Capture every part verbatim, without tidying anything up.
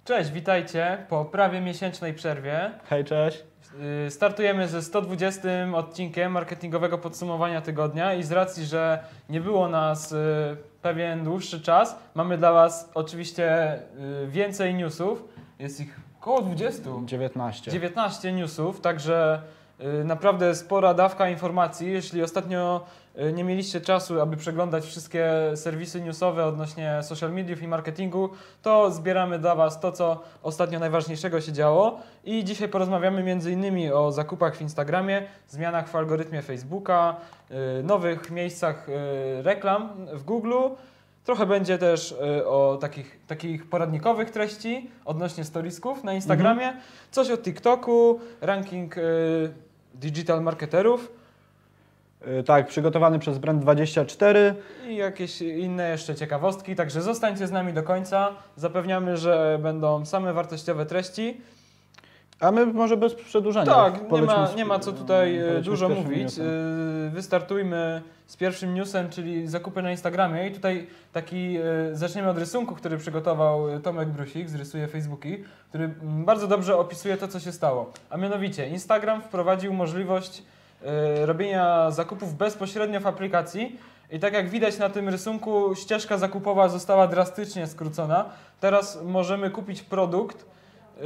Cześć, witajcie po prawie miesięcznej przerwie. Hej, cześć. Startujemy ze sto dwudziestym odcinkiem marketingowego podsumowania tygodnia i z racji, że nie było nas pewien dłuższy czas, mamy dla Was oczywiście więcej newsów. Jest ich około dwudziestu. dziewiętnaście. dziewiętnaście newsów, także naprawdę spora dawka informacji. Jeśli ostatnio nie mieliście czasu, aby przeglądać wszystkie serwisy newsowe odnośnie social mediów i marketingu, to zbieramy dla Was to, co ostatnio najważniejszego się działo. I dzisiaj porozmawiamy między innymi o zakupach w Instagramie, zmianach w algorytmie Facebooka, nowych miejscach reklam w Google. Trochę będzie też o takich, takich poradnikowych treści odnośnie storiesków na Instagramie, mhm. coś o TikToku, ranking digital marketerów. Tak, przygotowany przez Brand dwadzieścia cztery. I jakieś inne jeszcze ciekawostki, także zostańcie z nami do końca. Zapewniamy, że będą same wartościowe treści. A my może bez przedłużania. Tak, nie ma, nie ma co tutaj dużo mówić. Newsem. Wystartujmy z pierwszym newsem, czyli zakupy na Instagramie. I tutaj taki zaczniemy od rysunku, który przygotował Tomek Brusik z Rysuje Facebooki, który bardzo dobrze opisuje to, co się stało. A mianowicie Instagram wprowadził możliwość robienia zakupów bezpośrednio w aplikacji i tak jak widać na tym rysunku, ścieżka zakupowa została drastycznie skrócona. Teraz możemy kupić produkt yy,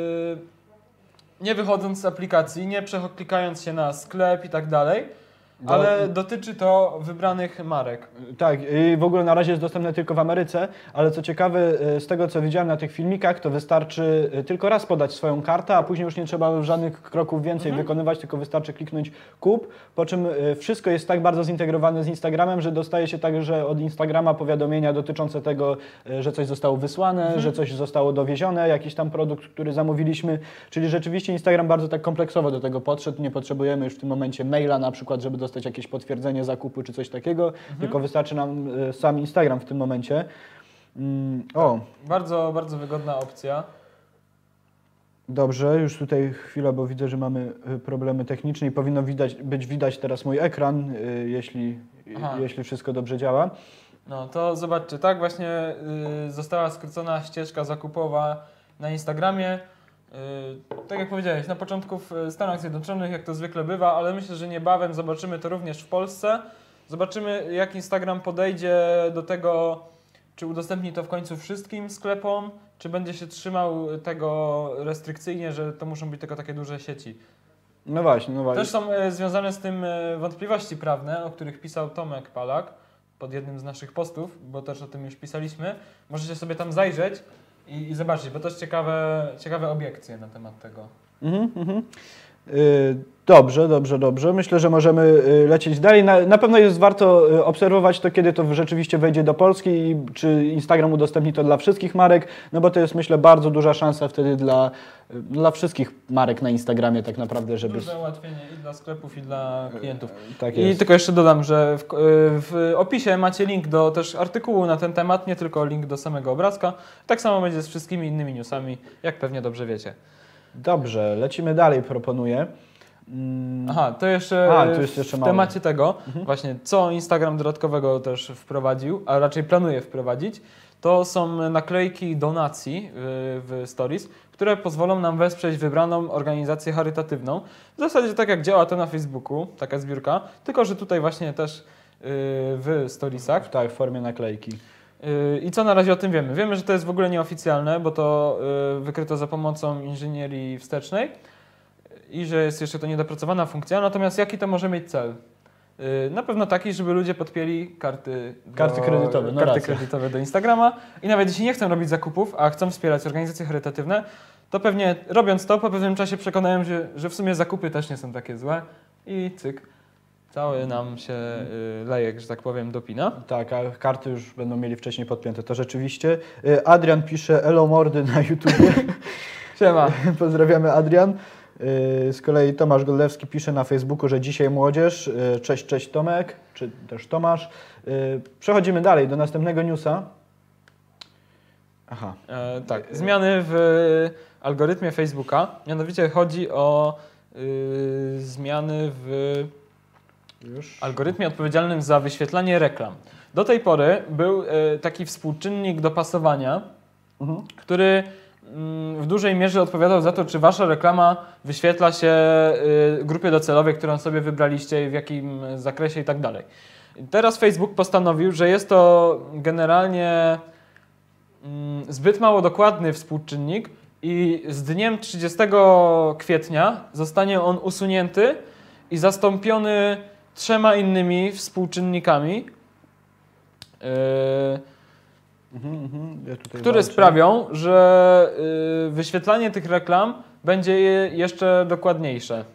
nie wychodząc z aplikacji, nie przeklikając się na sklep i tak dalej, ale Do... dotyczy to wybranych marek. Tak, i w ogóle na razie jest dostępne tylko w Ameryce, ale co ciekawe, z tego co widziałem na tych filmikach, to wystarczy tylko raz podać swoją kartę, a później już nie trzeba żadnych kroków więcej mhm. wykonywać, tylko wystarczy kliknąć kup, po czym wszystko jest tak bardzo zintegrowane z Instagramem, że dostaje się także od Instagrama powiadomienia dotyczące tego, że coś zostało wysłane, mhm. że coś zostało dowiezione, jakiś tam produkt, który zamówiliśmy, czyli rzeczywiście Instagram bardzo tak kompleksowo do tego podszedł, nie potrzebujemy już w tym momencie maila na przykład, żeby dostać jakieś potwierdzenie zakupu czy coś takiego, mhm. tylko wystarczy nam sam Instagram w tym momencie. Mm, o. Bardzo, bardzo wygodna opcja. Dobrze, już tutaj chwila, bo widzę, że mamy problemy techniczne i powinno widać, być widać teraz mój ekran, jeśli, jeśli wszystko dobrze działa. No to zobaczcie, tak właśnie y, została skrócona ścieżka zakupowa na Instagramie. Tak jak powiedziałeś, na początku w Stanach Zjednoczonych, jak to zwykle bywa, ale myślę, że niebawem zobaczymy to również w Polsce. Zobaczymy, jak Instagram podejdzie do tego, czy udostępni to w końcu wszystkim sklepom, czy będzie się trzymał tego restrykcyjnie, że to muszą być tylko takie duże sieci. No właśnie, no właśnie. Też są związane z tym wątpliwości prawne, o których pisał Tomek Palak pod jednym z naszych postów, bo też o tym już pisaliśmy. Możecie sobie tam zajrzeć. I, I zobaczcie, bo też ciekawe, ciekawe obiekcje na temat tego. Mhm, mhm. Yy, dobrze, dobrze, dobrze. Myślę, że możemy yy, lecieć dalej. Na, na pewno jest warto yy, obserwować to, kiedy to rzeczywiście wejdzie do Polski i czy Instagram udostępni to dla wszystkich marek, no bo to jest, myślę, bardzo duża szansa wtedy dla, yy, dla wszystkich marek na Instagramie tak naprawdę, żeby... Duże ułatwienie i dla sklepów, i dla klientów. Yy, tak I jest. tylko jeszcze dodam, że w, w opisie macie link do też artykułu na ten temat, nie tylko link do samego obrazka. Tak samo będzie z wszystkimi innymi newsami, jak pewnie dobrze wiecie. Dobrze, lecimy dalej, proponuję. Mm. Aha, to jeszcze, A, to jest jeszcze w mało. temacie tego, mhm. właśnie co Instagram dodatkowego też wprowadził, a raczej planuje wprowadzić, to są naklejki donacji w, w Stories, które pozwolą nam wesprzeć wybraną organizację charytatywną. W zasadzie tak jak działa to na Facebooku, taka zbiórka, tylko że tutaj właśnie też w Storiesach. Tak, w formie naklejki. I co na razie o tym wiemy? Wiemy, że to jest w ogóle nieoficjalne, bo to wykryto za pomocą inżynierii wstecznej i że jest jeszcze to niedopracowana funkcja. Natomiast jaki to może mieć cel? Na pewno taki, żeby ludzie podpięli karty, do, karty, kredytowe, no karty kredytowe do Instagrama i nawet jeśli nie chcą robić zakupów, a chcą wspierać organizacje charytatywne, to pewnie robiąc to po pewnym czasie przekonają się, że w sumie zakupy też nie są takie złe i cyk. Cały nam się y, lejek, że tak powiem, dopina. Tak, a karty już będą mieli wcześniej podpięte, to rzeczywiście. Adrian pisze elo mordy na YouTubie. Siema. Pozdrawiamy, Adrian. Z kolei Tomasz Godlewski pisze na Facebooku, że dzisiaj młodzież. Cześć, cześć Tomek, czy też Tomasz. Przechodzimy dalej do następnego newsa. Aha. E, tak, zmiany w algorytmie Facebooka. Mianowicie chodzi o y, zmiany w Już. algorytmie odpowiedzialnym za wyświetlanie reklam. Do tej pory był y, taki współczynnik dopasowania, mhm. który w dużej mierze odpowiadał za to, czy wasza reklama wyświetla się grupie docelowej, którą sobie wybraliście, w jakim zakresie i tak dalej. Teraz Facebook postanowił, że jest to generalnie zbyt mało dokładny współczynnik i z dniem trzydziestego kwietnia zostanie on usunięty i zastąpiony trzema innymi współczynnikami, yy, mhm, mhm. Ja tutaj które walczę. sprawią, że yy, wyświetlanie tych reklam będzie je jeszcze dokładniejsze.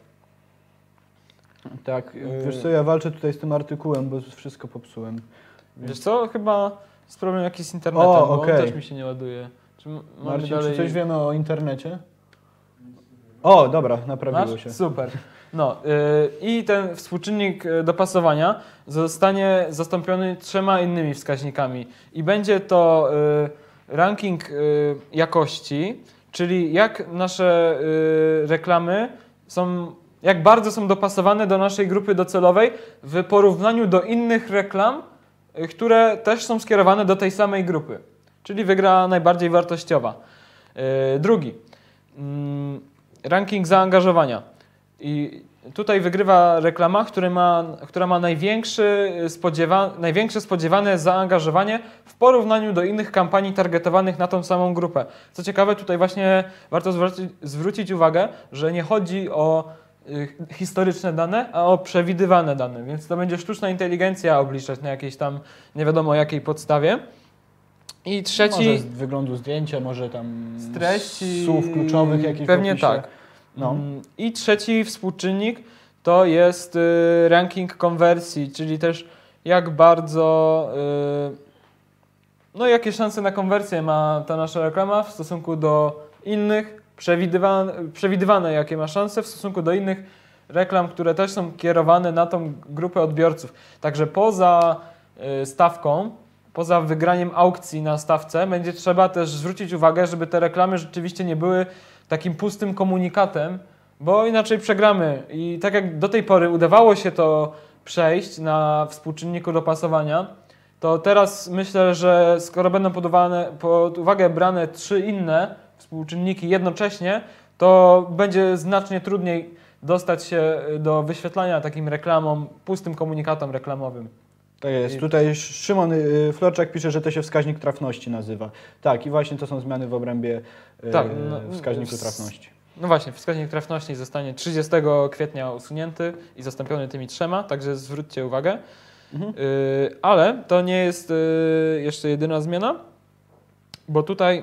Tak, wiesz co, ja walczę tutaj z tym artykułem, bo wszystko popsułem. Wiesz co, chyba jest problem jakiś z internetem, O, bo okej. on też mi się nie ładuje. Czy m- mamy Marcin, dalej... czy coś wiemy o internecie? O, dobra, naprawiło Masz? się. Super. No yy, i ten współczynnik y, dopasowania zostanie zastąpiony trzema innymi wskaźnikami i będzie to y, ranking y, jakości, czyli jak nasze y, reklamy są, jak bardzo są dopasowane do naszej grupy docelowej w porównaniu do innych reklam, y, które też są skierowane do tej samej grupy, czyli wygra najbardziej wartościowa. Y, drugi. Mm, ranking zaangażowania. I tutaj wygrywa reklama, który ma, która ma największy spodziewa, największe spodziewane zaangażowanie w porównaniu do innych kampanii targetowanych na tą samą grupę. Co ciekawe, tutaj właśnie warto zwrócić, zwrócić uwagę, że nie chodzi o y, historyczne dane, a o przewidywane dane, więc to będzie sztuczna inteligencja obliczać na jakiejś tam nie wiadomo jakiej podstawie. I trzeci... Może z wyglądu zdjęcia, może tam z treści słów kluczowych jakichś pewnie w opisie. tak. No. I trzeci współczynnik to jest y, ranking konwersji, czyli też jak bardzo, y, no jakie szanse na konwersję ma ta nasza reklama w stosunku do innych, przewidywane, przewidywane jakie ma szanse w stosunku do innych reklam, które też są kierowane na tą grupę odbiorców. Także poza y, stawką, poza wygraniem aukcji na stawce, będzie trzeba też zwrócić uwagę, żeby te reklamy rzeczywiście nie były takim pustym komunikatem, bo inaczej przegramy. I tak jak do tej pory udawało się to przejść na współczynniku dopasowania, to teraz myślę, że skoro będą pod uwagę, pod uwagę brane trzy inne współczynniki jednocześnie, to będzie znacznie trudniej dostać się do wyświetlania takim reklamom, pustym komunikatom reklamowym. Tak jest. Tutaj Szymon y, Florczak pisze, że to się wskaźnik trafności nazywa. Tak, i właśnie to są zmiany w obrębie y, Tak, no, wskaźniku w- trafności. No właśnie, wskaźnik trafności zostanie trzydziestego kwietnia usunięty i zastąpiony tymi trzema, także zwróćcie uwagę. Mhm. Yy, ale to nie jest yy, jeszcze jedyna zmiana, bo tutaj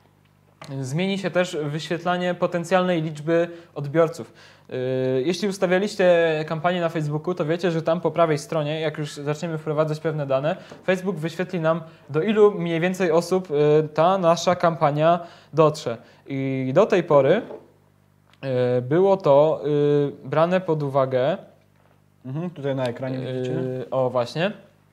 zmieni się też wyświetlanie potencjalnej liczby odbiorców. Yy, jeśli ustawialiście kampanię na Facebooku, to wiecie, że tam po prawej stronie, jak już zaczniemy wprowadzać pewne dane, Facebook wyświetli nam, do ilu mniej więcej osób yy, ta nasza kampania dotrze. I do tej pory yy, było to yy, brane pod uwagę. Mhm, tutaj na ekranie widzicie. Yy, o właśnie.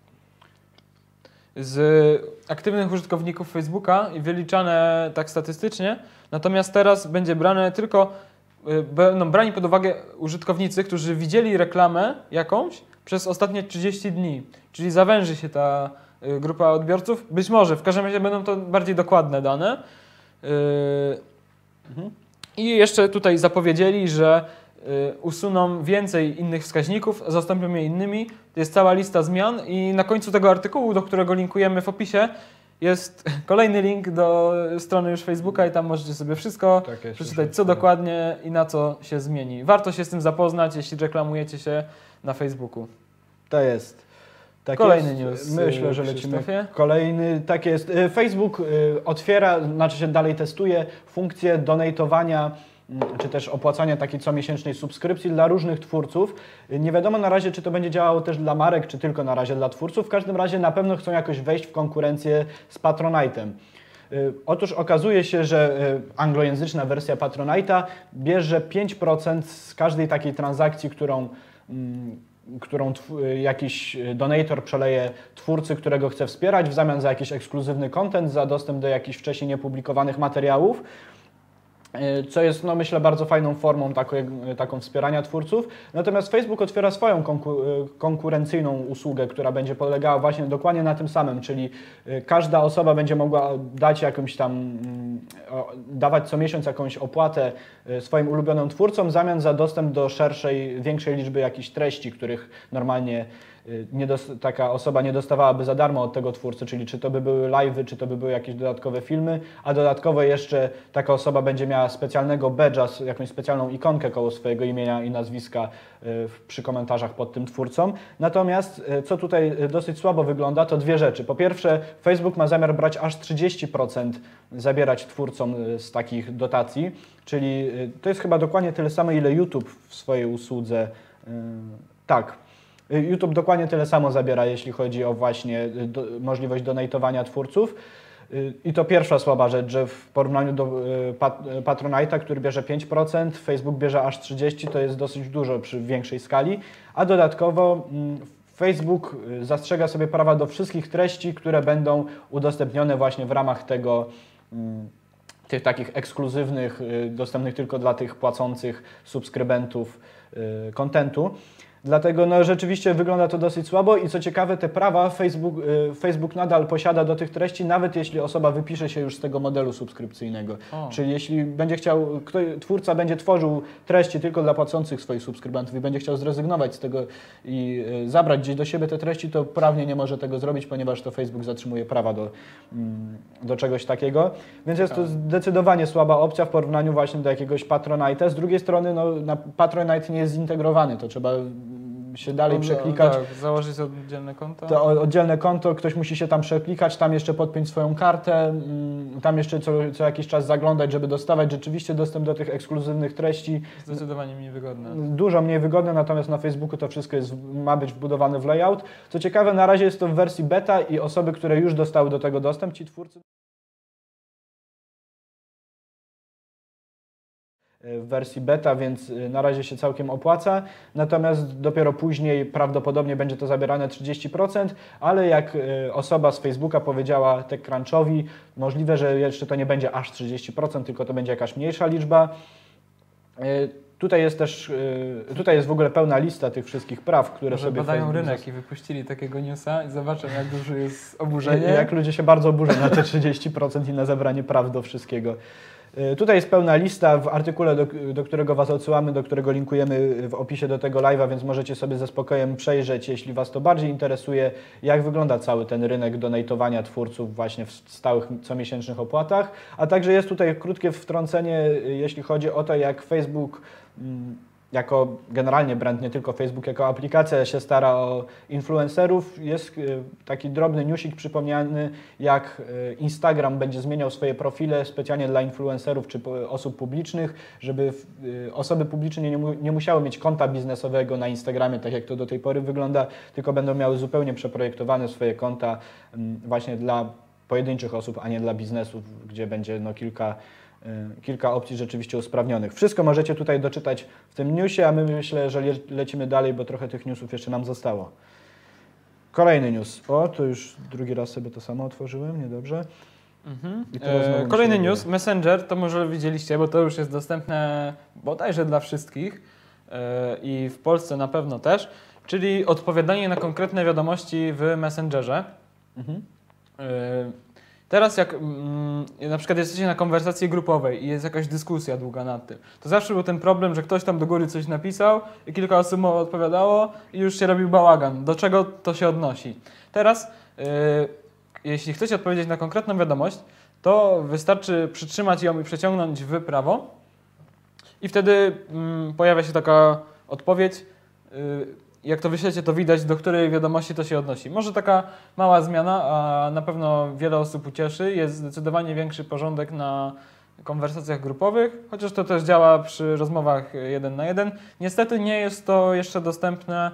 Z aktywnych użytkowników Facebooka i wyliczane tak statystycznie. Natomiast teraz będzie brane tylko, yy, będą brani pod uwagę użytkownicy, którzy widzieli reklamę jakąś przez ostatnie trzydzieści dni. Czyli zawęży się ta yy, grupa odbiorców. Być może, w każdym razie będą to bardziej dokładne dane. Yy, Mhm. I jeszcze tutaj zapowiedzieli, że y, usuną więcej innych wskaźników, zastąpią je innymi. Jest cała lista zmian i na końcu tego artykułu, do którego linkujemy w opisie, jest kolejny link do strony już Facebooka i tam możecie sobie wszystko Tak jest, przeczytać, już co jest. dokładnie i na co się zmieni. Warto się z tym zapoznać, jeśli reklamujecie się na Facebooku. To jest. Tak Kolejny jest. news, Myślę, że y, lecimy. Krzysztofie. Kolejny, tak jest. Y, Facebook y, otwiera, znaczy się dalej testuje funkcję donatowania mm, czy też opłacania takiej comiesięcznej subskrypcji dla różnych twórców. Y, Nie wiadomo na razie, czy to będzie działało też dla marek, czy tylko na razie dla twórców. W każdym razie na pewno chcą jakoś wejść w konkurencję z Patronite'em. Y, Otóż okazuje się, że y, anglojęzyczna wersja Patronite'a bierze pięć procent z każdej takiej transakcji, którą mm, którą tw- jakiś donator przeleje twórcy, którego chce wspierać w zamian za jakiś ekskluzywny content, za dostęp do jakichś wcześniej niepublikowanych materiałów, Yy, co jest, no myślę, bardzo fajną formą taką, taką wspierania twórców. Natomiast Facebook otwiera swoją konku- yy, konkurencyjną usługę, która będzie polegała właśnie dokładnie na tym samym, czyli yy, każda osoba będzie mogła dać jakąś tam, mm, o, dawać co miesiąc jakąś opłatę y, swoim ulubionym twórcom w zamian za dostęp do szerszej, większej liczby jakichś treści, których normalnie y, nie dos- taka osoba nie dostawałaby za darmo od tego twórcy, czyli czy to by były live'y, czy to by były jakieś dodatkowe filmy, a dodatkowo jeszcze taka osoba będzie miała specjalnego badge'a, jakąś specjalną ikonkę koło swojego imienia i nazwiska y, przy komentarzach pod tym twórcą. Natomiast y, co tutaj dosyć słabo wygląda, to dwie rzeczy. Po pierwsze, Facebook ma zamiar brać aż trzydzieści procent zabierać twórcom z takich dotacji, czyli to jest chyba dokładnie tyle samo, ile YouTube w swojej usłudze. Tak, YouTube dokładnie tyle samo zabiera, jeśli chodzi o właśnie do, możliwość donatowania twórców. I to pierwsza słaba rzecz, że w porównaniu do Pat Patronite'a, który bierze pięć procent, Facebook bierze aż trzydzieści procent, to jest dosyć dużo przy większej skali, a dodatkowo Facebook zastrzega sobie prawa do wszystkich treści, które będą udostępnione właśnie w ramach tego, tych takich ekskluzywnych, dostępnych tylko dla tych płacących subskrybentów kontentu. Dlatego no, rzeczywiście wygląda to dosyć słabo i co ciekawe, te prawa Facebook, Facebook nadal posiada do tych treści, nawet jeśli osoba wypisze się już z tego modelu subskrypcyjnego. O. Czyli jeśli będzie chciał, kto, twórca będzie tworzył treści tylko dla płacących swoich subskrybentów i będzie chciał zrezygnować z tego i zabrać gdzieś do siebie te treści, to prawnie nie może tego zrobić, ponieważ to Facebook zatrzymuje prawa do, do czegoś takiego. Więc jest to zdecydowanie słaba opcja w porównaniu właśnie do jakiegoś Patronite'a. Z drugiej strony no, na Patronite nie jest zintegrowany, to trzeba się dalej no, przeklikać. Tak, założyć oddzielne konto. To oddzielne konto, ktoś musi się tam przeklikać, tam jeszcze podpiąć swoją kartę, tam jeszcze co, co jakiś czas zaglądać, żeby dostawać rzeczywiście dostęp do tych ekskluzywnych treści. Zdecydowanie mniej wygodne. Dużo mniej wygodne, natomiast na Facebooku to wszystko jest, ma być wbudowane w layout. Co ciekawe, na razie jest to w wersji beta i osoby, które już dostały do tego dostęp, ci twórcy w wersji beta, więc na razie się całkiem opłaca, natomiast dopiero później prawdopodobnie będzie to zabierane trzydzieści procent, ale jak osoba z Facebooka powiedziała TechCrunchowi, możliwe, że jeszcze to nie będzie aż trzydzieści procent, tylko to będzie jakaś mniejsza liczba. Tutaj jest też, tutaj jest w ogóle pełna lista tych wszystkich praw, które Może sobie badają Facebook rynek i wypuścili takiego newsa i zobaczą, jak duże jest oburzenie. Jak ludzie się bardzo oburzą na te trzydzieści procent i na zabranie praw do wszystkiego. Tutaj jest pełna lista w artykule, do, do którego Was odsyłamy, do którego linkujemy w opisie do tego live'a, więc możecie sobie ze spokojem przejrzeć, jeśli Was to bardziej interesuje, jak wygląda cały ten rynek donatowania twórców właśnie w stałych, comiesięcznych opłatach. A także jest tutaj krótkie wtrącenie, jeśli chodzi o to, jak Facebook jako generalnie brand, nie tylko Facebook, jako aplikacja się stara o influencerów. Jest taki drobny newsik przypomniany, jak Instagram będzie zmieniał swoje profile specjalnie dla influencerów czy osób publicznych, żeby osoby publiczne nie, nie musiały mieć konta biznesowego na Instagramie, tak jak to do tej pory wygląda, tylko będą miały zupełnie przeprojektowane swoje konta właśnie dla pojedynczych osób, a nie dla biznesów, gdzie będzie no kilka kilka opcji rzeczywiście usprawnionych. Wszystko możecie tutaj doczytać w tym newsie, a my myślę, że le lecimy dalej, bo trochę tych newsów jeszcze nam zostało. Kolejny news. O, to już drugi raz sobie to samo otworzyłem, niedobrze. Mhm. E, kolejny news. Messenger, to może widzieliście, bo to już jest dostępne bodajże dla wszystkich e, i w Polsce na pewno też, czyli odpowiadanie na konkretne wiadomości w Messengerze. Mhm. E, Teraz jak mm, na przykład jesteście na konwersacji grupowej i jest jakaś dyskusja długa nad tym, to zawsze był ten problem, że ktoś tam do góry coś napisał i kilka osób mu odpowiadało i już się robił bałagan. Do czego to się odnosi? Teraz, yy, jeśli chcecie odpowiedzieć na konkretną wiadomość, to wystarczy przytrzymać ją i przeciągnąć w prawo i wtedy yy, pojawia się taka odpowiedź. Yy, Jak to wyślecie, to widać, do której wiadomości to się odnosi. Może taka mała zmiana, a na pewno wiele osób ucieszy. Jest zdecydowanie większy porządek na konwersacjach grupowych, chociaż to też działa przy rozmowach jeden na jeden. Niestety nie jest to jeszcze dostępne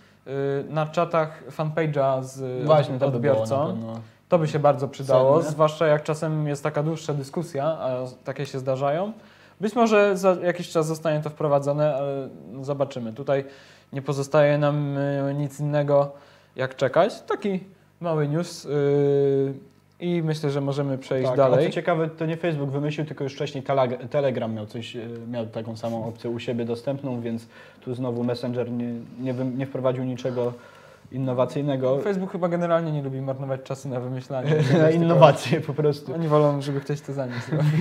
na czatach fanpage'a z Właśnie, to odbiorcą. By było to by się bardzo przydało, Cenne. Zwłaszcza jak czasem jest taka dłuższa dyskusja, a takie się zdarzają. Być może za jakiś czas zostanie to wprowadzone, ale zobaczymy. Tutaj nie pozostaje nam nic innego jak czekać. Taki mały news yy, i myślę, że możemy przejść tak, dalej. A co ciekawe, to nie Facebook wymyślił, tylko już wcześniej Telegram miał coś, miał taką samą opcję u siebie dostępną, więc tu znowu Messenger nie, nie, nie wprowadził niczego innowacyjnego. Facebook chyba generalnie nie lubi marnować czasu na wymyślanie. Na innowacje po prostu. Oni wolą, żeby ktoś to za nich zrobił.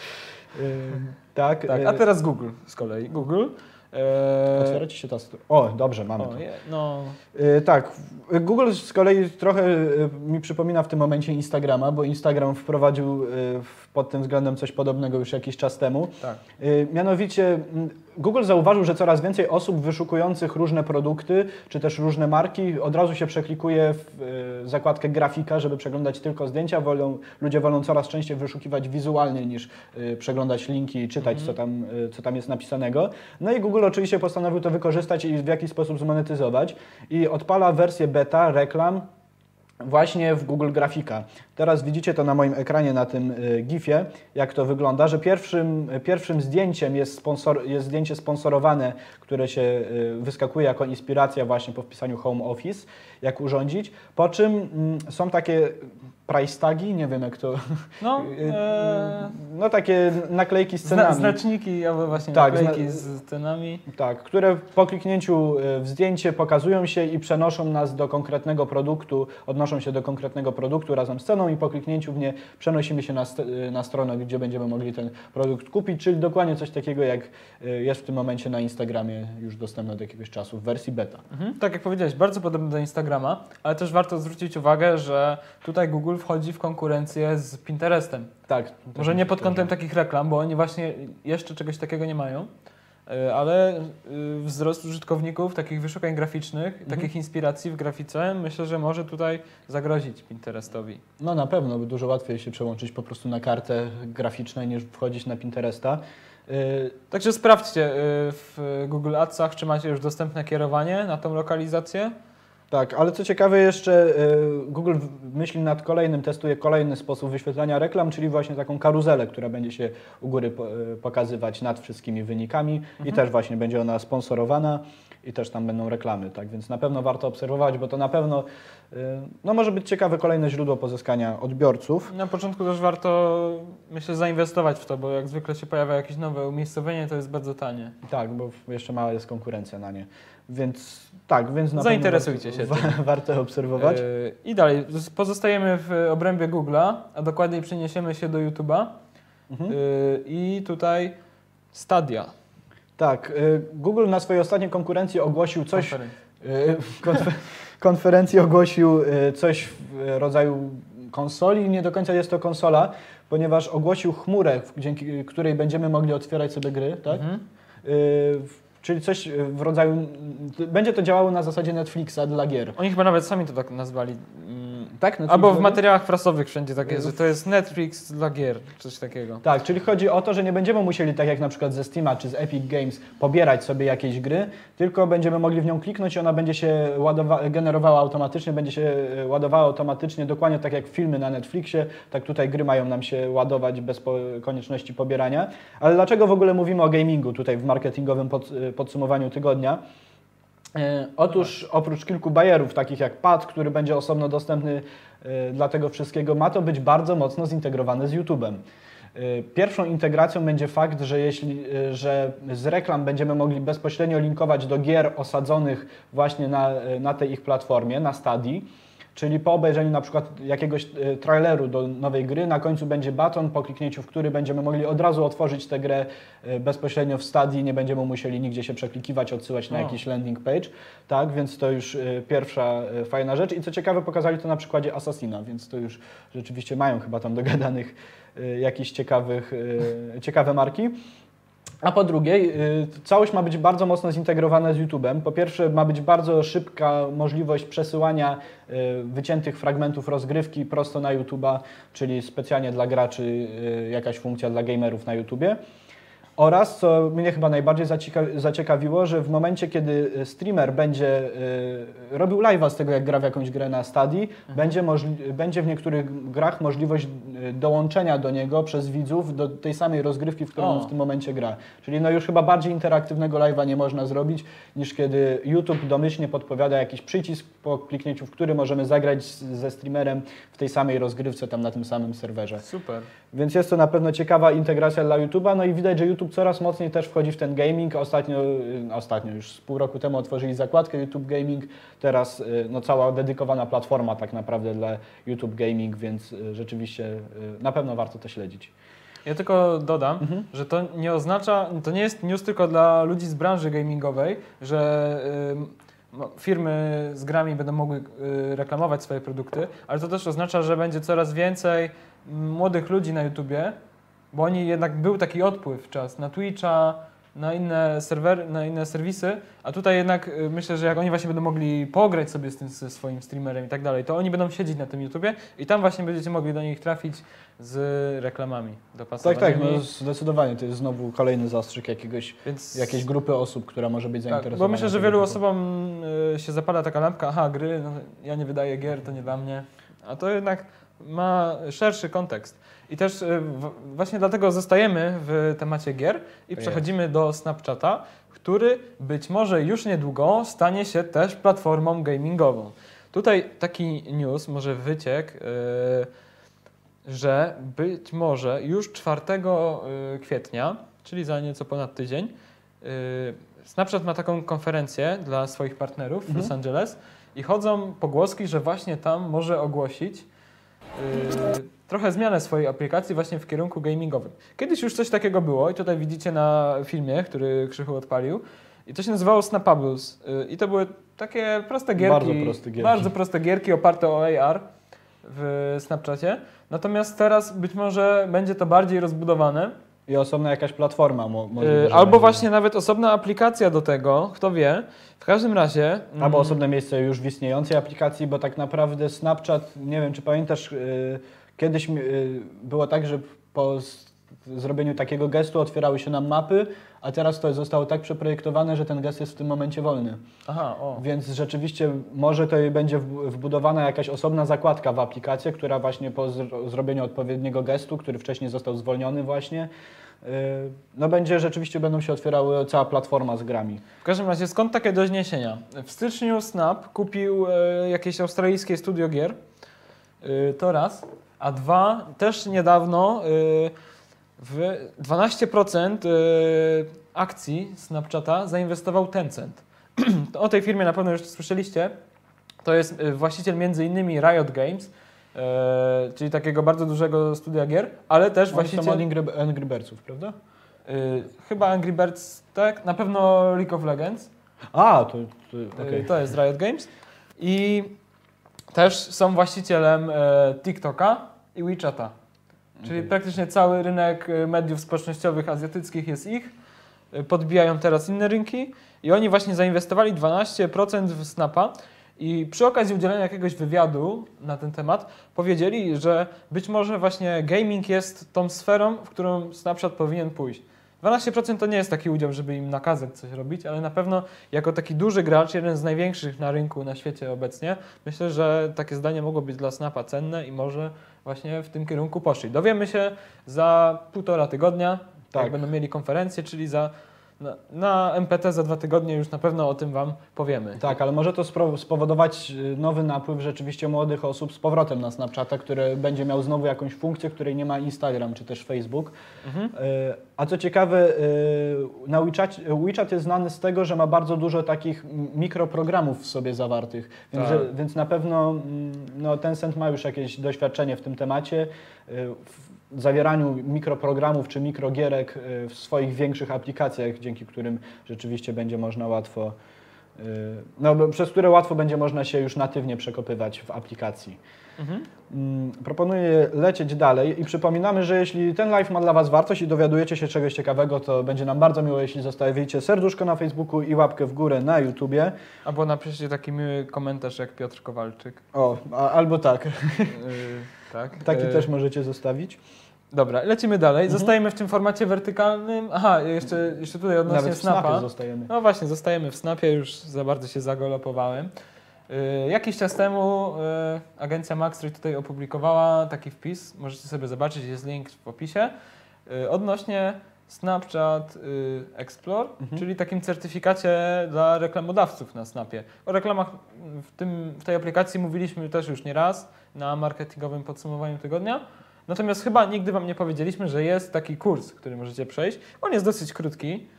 tak, tak, a teraz Google z kolei. Google. Eee... Otwiera ci się ta strona. O, dobrze, mamy o, to. Je, no. Eee, tak, Google z kolei trochę mi przypomina w tym momencie Instagrama, bo Instagram wprowadził pod tym względem coś podobnego już jakiś czas temu. Tak. Eee, mianowicie Google zauważył, że coraz więcej osób wyszukujących różne produkty, czy też różne marki od razu się przeklikuje w zakładkę grafika, żeby przeglądać tylko zdjęcia. Wolą, ludzie wolą coraz częściej wyszukiwać wizualnie niż przeglądać linki i czytać, mhm. co tam, co tam jest napisanego. No i Google oczywiście postanowił to wykorzystać i w jakiś sposób zmonetyzować i odpala wersję beta reklam właśnie w Google Grafika. Teraz widzicie to na moim ekranie, na tym gifie, jak to wygląda, że pierwszym, pierwszym zdjęciem jest, sponsor, jest zdjęcie sponsorowane, które się wyskakuje jako inspiracja właśnie po wpisaniu Home Office, jak urządzić, po czym mm, są takie price tagi, nie wiem jak to... No, e... no takie naklejki z cenami. Zna, znaczniki albo właśnie tak, naklejki z cenami. Tak, które po kliknięciu w zdjęcie pokazują się i przenoszą nas do konkretnego produktu, odnoszą się do konkretnego produktu razem z ceną i po kliknięciu w nie przenosimy się na, st na stronę, gdzie będziemy mogli ten produkt kupić, czyli dokładnie coś takiego jak jest w tym momencie na Instagramie już dostępne od jakiegoś czasu w wersji beta. Mhm, tak jak powiedziałeś, bardzo podobne do Instagrama, ale też warto zwrócić uwagę, że tutaj Google wchodzi w konkurencję z Pinterestem. Tak. Może nie pod kątem takich reklam, bo oni właśnie jeszcze czegoś takiego nie mają, ale wzrost użytkowników, takich wyszukań graficznych, mhm. takich inspiracji w grafice, myślę, że może tutaj zagrozić Pinterestowi. No na pewno, bo dużo łatwiej się przełączyć po prostu na kartę graficzną niż wchodzić na Pinteresta. Także sprawdźcie w Google Adsach, czy macie już dostępne kierowanie na tą lokalizację. Tak, ale co ciekawe jeszcze Google myśli nad kolejnym, testuje kolejny sposób wyświetlania reklam, czyli właśnie taką karuzelę, która będzie się u góry pokazywać nad wszystkimi wynikami mhm. i też właśnie będzie ona sponsorowana i też tam będą reklamy, tak więc na pewno warto obserwować, bo to na pewno no, może być ciekawe kolejne źródło pozyskania odbiorców. Na początku też warto, myślę, zainwestować w to, bo jak zwykle się pojawia jakieś nowe umiejscowienie, to jest bardzo tanie. Tak, bo jeszcze mała jest konkurencja na nie. Więc tak, więc na zainteresujcie pewno się tym. Warto obserwować. Yy, I dalej, pozostajemy w obrębie Google'a, a dokładniej przeniesiemy się do YouTube'a mhm. yy, i tutaj Stadia. Tak, yy, Google na swojej ostatniej konkurencji ogłosił coś... Konferencji. Yy, konfer konferencji ogłosił yy, coś w rodzaju konsoli, nie do końca jest to konsola, ponieważ ogłosił chmurę, dzięki której będziemy mogli otwierać sobie gry, tak? Mhm. Yy, Czyli coś w rodzaju... Będzie to działało na zasadzie Netflixa dla gier. Oni chyba nawet sami to tak nazwali. Tak? Netflix Albo w materiałach prasowych wszędzie tak jest, że to jest Netflix dla gier, coś takiego. Tak, czyli chodzi o to, że nie będziemy musieli, tak jak na przykład ze Steama czy z Epic Games, pobierać sobie jakiejś gry, tylko będziemy mogli w nią kliknąć i ona będzie się ładowa generowała automatycznie, będzie się ładowała automatycznie, dokładnie tak jak filmy na Netflixie, tak tutaj gry mają nam się ładować bez po konieczności pobierania. Ale dlaczego w ogóle mówimy o gamingu tutaj w marketingowym pod podsumowaniu tygodnia? E, otóż oprócz kilku bajerów, takich jak pad, który będzie osobno dostępny e, dla tego wszystkiego, ma to być bardzo mocno zintegrowane z YouTube'em. E, pierwszą integracją będzie fakt, że, jeśli, e, że z reklam będziemy mogli bezpośrednio linkować do gier osadzonych właśnie na, na tej ich platformie, na Stadii. Czyli po obejrzeniu na przykład jakiegoś traileru do nowej gry, na końcu będzie baton, po kliknięciu w który będziemy mogli od razu otworzyć tę grę bezpośrednio w Stadii, nie będziemy musieli nigdzie się przeklikiwać, odsyłać na jakiś landing page, tak, więc to już pierwsza fajna rzecz i co ciekawe pokazali to na przykładzie Assassina, więc to już rzeczywiście mają chyba tam dogadanych jakichś ciekawych, ciekawe marki. A po drugie, całość ma być bardzo mocno zintegrowana z YouTube'em. Po pierwsze, ma być bardzo szybka możliwość przesyłania wyciętych fragmentów rozgrywki prosto na YouTube'a, czyli specjalnie dla graczy jakaś funkcja dla gamerów na YouTubie. Oraz, co mnie chyba najbardziej zaciekawiło, że w momencie, kiedy streamer będzie y, robił live'a z tego, jak gra w jakąś grę na Stadii, mhm. będzie, będzie w niektórych grach możliwość dołączenia do niego przez widzów do tej samej rozgrywki, w którą on w tym momencie gra. Czyli no już chyba bardziej interaktywnego live'a nie można zrobić, niż kiedy YouTube domyślnie podpowiada jakiś przycisk, po kliknięciu w który możemy zagrać z, ze streamerem w tej samej rozgrywce, tam na tym samym serwerze. Super. Więc jest to na pewno ciekawa integracja dla YouTube'a, no i widać, że YouTube coraz mocniej też wchodzi w ten gaming. Ostatnio, ostatnio już z pół roku temu otworzyli zakładkę YouTube Gaming, teraz no, cała dedykowana platforma tak naprawdę dla YouTube Gaming, więc rzeczywiście na pewno warto to śledzić. Ja tylko dodam, mhm. że to nie oznacza, to nie jest news tylko dla ludzi z branży gamingowej, że y, firmy z grami będą mogły y, reklamować swoje produkty, ale to też oznacza, że będzie coraz więcej młodych ludzi na YouTubie, bo oni jednak był taki odpływ czas na Twitcha, na inne serwery, na inne serwisy, a tutaj jednak y, myślę, że jak oni właśnie będą mogli pograć sobie z tym ze swoim streamerem i tak dalej, to oni będą siedzieć na tym YouTubie i tam właśnie będziecie mogli do nich trafić z reklamami dopasowanymi. Tak, tak, no zdecydowanie to jest znowu kolejny zastrzyk jakiegoś, Więc... jakiejś grupy osób, która może być zainteresowana. Tak, bo myślę, że wielu typu. osobom y, się zapala taka lampka, aha, gry, no, ja nie wydaję gier, to nie dla mnie, a to jednak ma szerszy kontekst. I też y, w, właśnie dlatego zostajemy w temacie gier i to przechodzimy jest. do Snapchata, który być może już niedługo stanie się też platformą gamingową. Tutaj taki news, może wyciek, y, że być może już czwartego kwietnia, czyli za nieco ponad tydzień, y, Snapchat ma taką konferencję dla swoich partnerów mhm. w Los Angeles i chodzą pogłoski, że właśnie tam może ogłosić Yy, trochę zmianę swojej aplikacji właśnie w kierunku gamingowym. Kiedyś już coś takiego było i tutaj widzicie na filmie, który Krzychu odpalił i to się nazywało Snapables yy, i to były takie proste gierki, bardzo proste gierki, bardzo proste gierki oparte o A R w Snapchacie. Natomiast teraz być może będzie to bardziej rozbudowane. I osobna jakaś platforma. Mo możliwe, yy, albo będzie. właśnie nawet osobna aplikacja do tego, kto wie. W każdym razie... Albo mm, osobne miejsce już w istniejącej aplikacji, bo tak naprawdę Snapchat, nie wiem czy pamiętasz, yy, kiedyś yy, było tak, że po zrobieniu takiego gestu otwierały się nam mapy, a teraz to zostało tak przeprojektowane, że ten gest jest w tym momencie wolny. Aha, o. Więc rzeczywiście może to będzie wbudowana jakaś osobna zakładka w aplikację, która właśnie po zrobieniu odpowiedniego gestu, który wcześniej został zwolniony właśnie, no będzie rzeczywiście będą się otwierały cała platforma z grami. W każdym razie skąd takie doniesienia? W styczniu Snap kupił e, jakieś australijskie studio gier, e, to raz, a dwa, też niedawno e, w dwanaście procent e, akcji Snapchata zainwestował Tencent. O tej firmie na pewno już słyszeliście. To jest właściciel między innymi Riot Games, e, czyli takiego bardzo dużego studia gier, ale też Oni właściciel... są od Angry, Angry Birdsów, prawda? E, chyba Angry Birds, tak? Na pewno League of Legends. A, to, to okej. E, to jest Riot Games. I też są właścicielem e, TikToka i WeChata. Czyli okay. praktycznie cały rynek mediów społecznościowych azjatyckich jest ich. Podbijają teraz inne rynki i oni właśnie zainwestowali dwanaście procent w Snapa i przy okazji udzielenia jakiegoś wywiadu na ten temat powiedzieli, że być może właśnie gaming jest tą sferą, w którą Snapchat powinien pójść. dwanaście procent to nie jest taki udział, żeby im nakazać coś robić, ale na pewno jako taki duży gracz, jeden z największych na rynku na świecie obecnie, myślę, że takie zdanie mogło być dla Snapa cenne i może właśnie w tym kierunku poszli. Dowiemy się za półtora tygodnia, tak. jak będą mieli konferencję, czyli za, na, na M P T za dwa tygodnie już na pewno o tym Wam powiemy. Tak, ale może to spowodować nowy napływ rzeczywiście młodych osób z powrotem na Snapchata, który będzie miał znowu jakąś funkcję, której nie ma Instagram czy też Facebook. Mhm. A co ciekawe, na WeChat, WeChat jest znany z tego, że ma bardzo dużo takich mikroprogramów w sobie zawartych, więc, tak. że, więc na pewno no, Tencent ma już jakieś doświadczenie w tym temacie. W, zawieraniu mikroprogramów czy mikrogierek w swoich większych aplikacjach, dzięki którym rzeczywiście będzie można łatwo, no, przez które łatwo będzie można się już natywnie przekopywać w aplikacji. Mhm. Proponuję lecieć dalej i przypominamy, że jeśli ten live ma dla Was wartość i dowiadujecie się czegoś ciekawego, to będzie nam bardzo miło, jeśli zostawicie serduszko na Facebooku i łapkę w górę na YouTubie. Albo napiszcie taki miły komentarz jak Piotr Kowalczyk. O, a, albo tak. Yy, tak. Taki yy. też możecie zostawić. Dobra, lecimy dalej. Mhm. Zostajemy w tym formacie wertykalnym. Aha, jeszcze, jeszcze tutaj odnośnie Nawet w Snapa. Snapie zostajemy. No właśnie, zostajemy w Snapie, już za bardzo się zagolopowałem. Yy, jakiś czas temu yy, agencja Maxtrade tutaj opublikowała taki wpis, możecie sobie zobaczyć, jest link w opisie, yy, odnośnie Snapchat y, Explore, Mhm. czyli takim certyfikacie dla reklamodawców na Snapie. O reklamach w, tym, w tej aplikacji mówiliśmy też już nie raz na marketingowym podsumowaniu tygodnia. Natomiast chyba nigdy Wam nie powiedzieliśmy, że jest taki kurs, który możecie przejść. On jest dosyć krótki, y,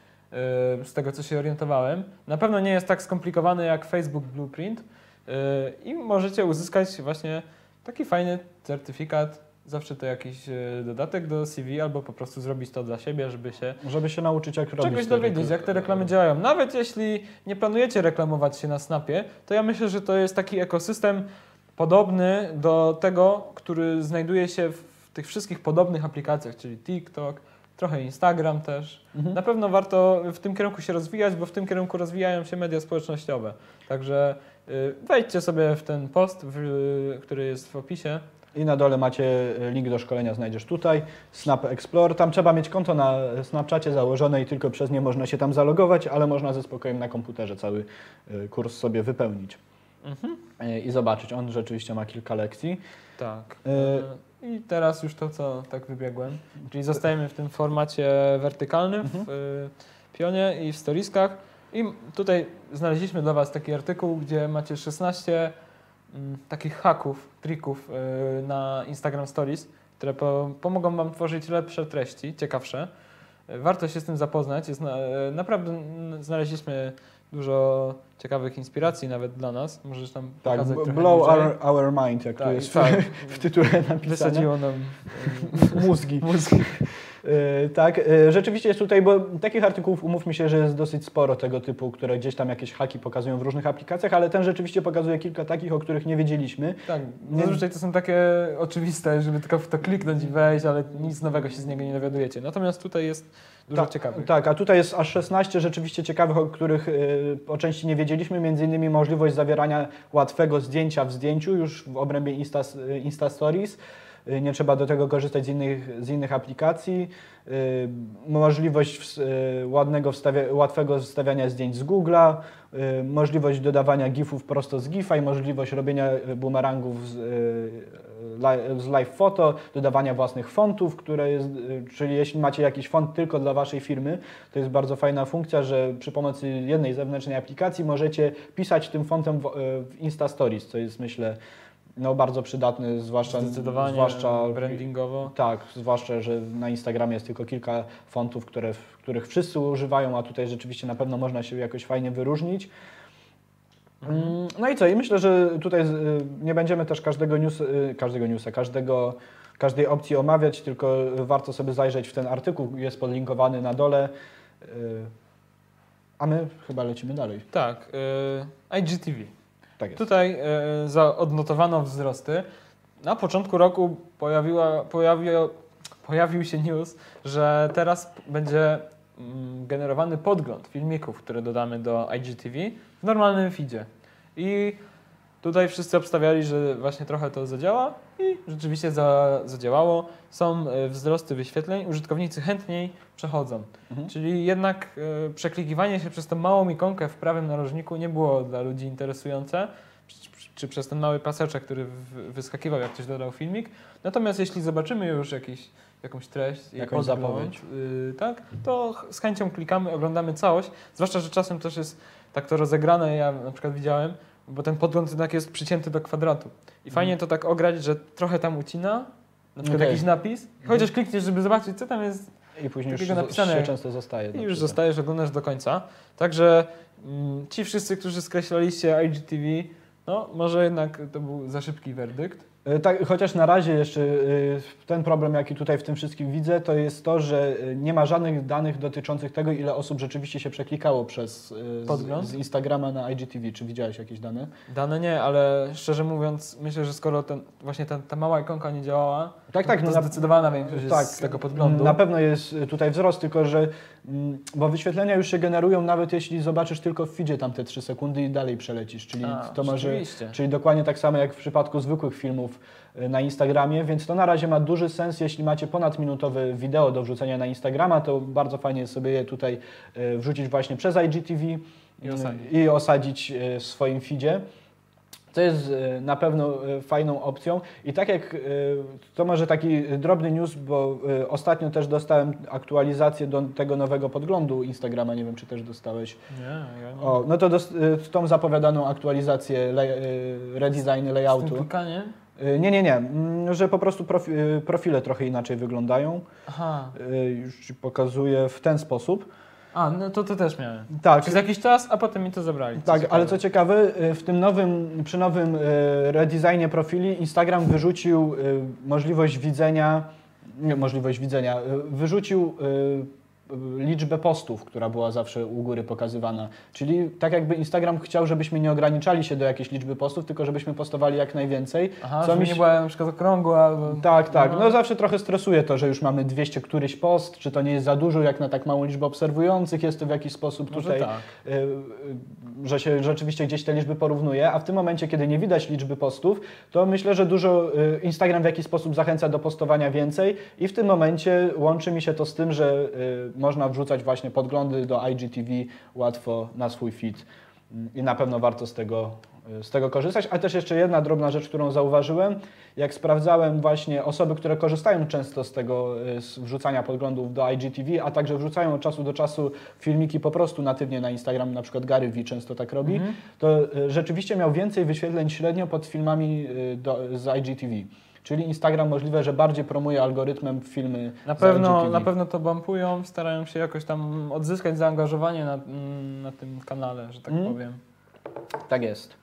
z tego co się orientowałem. Na pewno nie jest tak skomplikowany jak Facebook Blueprint y, i możecie uzyskać właśnie taki fajny certyfikat. Zawsze to jakiś y, dodatek do C V albo po prostu zrobić to dla siebie, żeby się Żeby się nauczyć, jak robić czegoś te dowiedzieć, rekl- jak te reklamy działają. Nawet jeśli nie planujecie reklamować się na Snapie, to ja myślę, że to jest taki ekosystem podobny do tego, który znajduje się w tych wszystkich podobnych aplikacjach, czyli TikTok, trochę Instagram też. Mhm. Na pewno warto w tym kierunku się rozwijać, bo w tym kierunku rozwijają się media społecznościowe. Także y, wejdźcie sobie w ten post, w, który jest w opisie. I na dole macie link do szkolenia, znajdziesz tutaj, Snap Explore. Tam trzeba mieć konto na Snapchacie założone i tylko przez nie można się tam zalogować, ale można ze spokojem na komputerze cały y, kurs sobie wypełnić Mhm. y, i zobaczyć. On rzeczywiście ma kilka lekcji. Tak. Y- I teraz już to, co tak wybiegłem, czyli zostajemy w tym formacie wertykalnym Mhm. w y, Pionie i w storieskach. I tutaj znaleźliśmy dla Was taki artykuł, gdzie macie szesnaście mm, takich haków, trików y, na Instagram Stories, które po, pomogą Wam tworzyć lepsze treści, ciekawsze. Y, Warto się z tym zapoznać. Jest na, y, naprawdę mm, znaleźliśmy dużo ciekawych inspiracji nawet dla nas. Możesz tam Tak, pokazać b- trochę blow bliżej. our, our mind, jak Tak, tu jest tak. w tytule napisane. Wysadziło nam Mózgi. mózgi. Yy, tak, yy, rzeczywiście jest tutaj, bo takich artykułów, umówmy się, że jest dosyć sporo tego typu, które gdzieś tam jakieś haki pokazują w różnych aplikacjach, ale ten rzeczywiście pokazuje kilka takich, o których nie wiedzieliśmy. Tak, Nie- zazwyczaj to są takie oczywiste, żeby tylko w to kliknąć i wejść, ale nic nowego się z niego nie dowiadujecie. Natomiast tutaj jest dużo Ta- ciekawych. Tak, a tutaj jest aż szesnaście rzeczywiście ciekawych, o których yy, po części nie wiedzieliśmy, między innymi możliwość zawierania łatwego zdjęcia w zdjęciu już w obrębie Insta, Insta Stories. Yy, Nie trzeba do tego korzystać z innych, z innych aplikacji. Yy, Możliwość ws- yy, ładnego wstawia, łatwego wstawiania zdjęć z Google'a, yy, możliwość dodawania gifów prosto z gifa i możliwość robienia yy, boomerangów z, yy, li- z live photo, dodawania własnych fontów, które jest, yy, czyli jeśli macie jakiś font tylko dla waszej firmy, to jest bardzo fajna funkcja, że przy pomocy jednej zewnętrznej aplikacji możecie pisać tym fontem w, yy, w Insta Stories, co jest, myślę, no, bardzo przydatny, zwłaszcza, Zdecydowanie zwłaszcza brandingowo. tak, zwłaszcza, że na Instagramie jest tylko kilka fontów, które, których wszyscy używają, a tutaj rzeczywiście na pewno można się jakoś fajnie wyróżnić. Mm, No i co? I myślę, że tutaj y, nie będziemy też każdego, news, y, każdego newsa, każdego, każdej opcji omawiać, tylko warto sobie zajrzeć w ten artykuł, jest podlinkowany na dole. Y, A my chyba lecimy dalej. Tak, y, I G T V. Tak jest. Tutaj y, za, odnotowano wzrosty. Na początku roku pojawiła, pojawił, pojawił się news, że teraz będzie mm, generowany podgląd filmików, które dodamy do I G T V w normalnym feedzie. I tutaj wszyscy obstawiali, że właśnie trochę to zadziała i rzeczywiście za, zadziałało. Są y, wzrosty wyświetleń, użytkownicy chętniej przechodzą. Mhm. Czyli jednak y, przeklikiwanie się przez tą małą ikonkę w prawym narożniku nie było dla ludzi interesujące, czy, czy przez ten mały paseczek, który w, wyskakiwał, jak ktoś dodał filmik. Natomiast jeśli zobaczymy już jakiś, jakąś treść, i Jakąś podgląd, zapowiedź. y, tak, to ch- z chęcią klikamy, oglądamy całość. Zwłaszcza, że czasem też jest tak to rozegrane, ja na przykład widziałem, bo ten podgląd jednak jest przycięty do kwadratu. I fajnie to tak ograć, że trochę tam ucina, na przykład Okej. jakiś napis, chociaż klikniesz, żeby zobaczyć, co tam jest. I później już takiego zo- napisane. się często zostaje. I na już przykład. zostajesz, oglądasz do końca. Także mm, ci wszyscy, którzy skreślaliście I G T V, no może jednak to był za szybki werdykt. Y, Tak, chociaż na razie jeszcze y, ten problem, jaki tutaj w tym wszystkim widzę, to jest to, że y, nie ma żadnych danych dotyczących tego, ile osób rzeczywiście się przeklikało przez y, Podgląd? z, z Instagrama na I G T V. Czy widziałeś jakieś dane? Dane nie, ale szczerze mówiąc, myślę, że skoro ten, właśnie ta, ta mała ikonka nie działała, Tak, tak, to no na- zdecydowana większość tak, jest z tego podglądu. Na pewno jest y, tutaj wzrost, tylko że mm, bo wyświetlenia już się generują, nawet jeśli zobaczysz tylko w feedzie tam te trzy sekundy i dalej przelecisz, czyli A, to może, rzeczywiście. czyli dokładnie tak samo jak w przypadku zwykłych filmów y, na Instagramie, więc to na razie ma duży sens, jeśli macie ponadminutowe wideo do wrzucenia na Instagrama, to bardzo fajnie jest sobie je tutaj y, wrzucić właśnie przez I G T V I osadzić. i osadzić y, w swoim feedzie. co jest e, na pewno e, fajną opcją. I tak jak, e, to może taki drobny news, bo e, ostatnio też dostałem aktualizację do tego nowego podglądu Instagrama, nie wiem, czy też dostałeś. Nie, ja nie. O, no to dos, e, tą zapowiadaną aktualizację, lay, e, redesign Z layoutu. tym klikaniem? E, Nie, nie, nie, mm, że po prostu profi, e, profile trochę inaczej wyglądają. Aha. E, Już Ci pokazuję w ten sposób. A, no to to też miałem. Tak, Przez jakiś czas, a potem mi to zabrali. Co tak, ciekawe. ale co ciekawe, y, w tym nowym, przy nowym y, redesignie profili Instagram wyrzucił y, możliwość widzenia, nie możliwość widzenia, y, wyrzucił y, y, liczbę postów, która była zawsze u góry pokazywana. Czyli tak jakby Instagram chciał, żebyśmy nie ograniczali się do jakiejś liczby postów, tylko żebyśmy postowali jak najwięcej. Aha, co żeby mi nie się- była na przykład okrągła albo... Tak, tak. No. No zawsze trochę stresuje to, że już mamy dwieście któryś post, czy to nie jest za dużo, jak na tak małą liczbę obserwujących, jest to w jakiś sposób Może tutaj, tak. y, y, że się rzeczywiście gdzieś te liczby porównuje, a w tym momencie, kiedy nie widać liczby postów, to myślę, że dużo y, Instagram w jakiś sposób zachęca do postowania więcej i w tym momencie łączy mi się to z tym, że y, można wrzucać właśnie podglądy do I G T V łatwo na swój feed i na pewno warto z tego, z tego korzystać. A też jeszcze jedna drobna rzecz, którą zauważyłem, jak sprawdzałem właśnie osoby, które korzystają często z tego y, z wrzucania podglądów do I G T V, a także wrzucają od czasu do czasu filmiki po prostu natywnie na Instagram, na przykład Gary Vee często tak robi, Mhm. to y, rzeczywiście miał więcej wyświetleń średnio pod filmami y, do, z I G T V. Czyli Instagram możliwe, że bardziej promuje algorytmem filmy Na z pewno, I G T V. na pewno to bumpują, starają się jakoś tam odzyskać zaangażowanie na, mm, na tym kanale, że tak Mhm. powiem. Tak jest.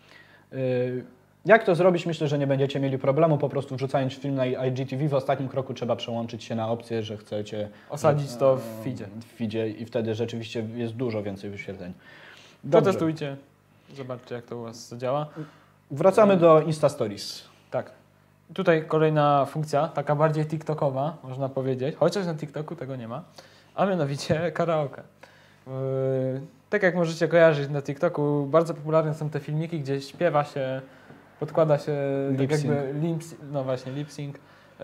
Y, Jak to zrobić? Myślę, że nie będziecie mieli problemu. Po prostu wrzucając film na I G T V w ostatnim kroku trzeba przełączyć się na opcję, że chcecie Osadzić to w feedzie. w feedzie i wtedy rzeczywiście jest dużo więcej wyświetleń. Dobrze. Przetestujcie, zobaczcie jak to u Was działa. Wracamy do Insta Stories. Tak. Tutaj kolejna funkcja, taka bardziej TikTokowa, można powiedzieć, chociaż na TikToku tego nie ma, a mianowicie karaoke. Yy, tak jak możecie kojarzyć na TikToku, bardzo popularne są te filmiki, gdzie śpiewa się, podkłada się tak Lip-sync. jakby lip, no właśnie lip-sync, yy,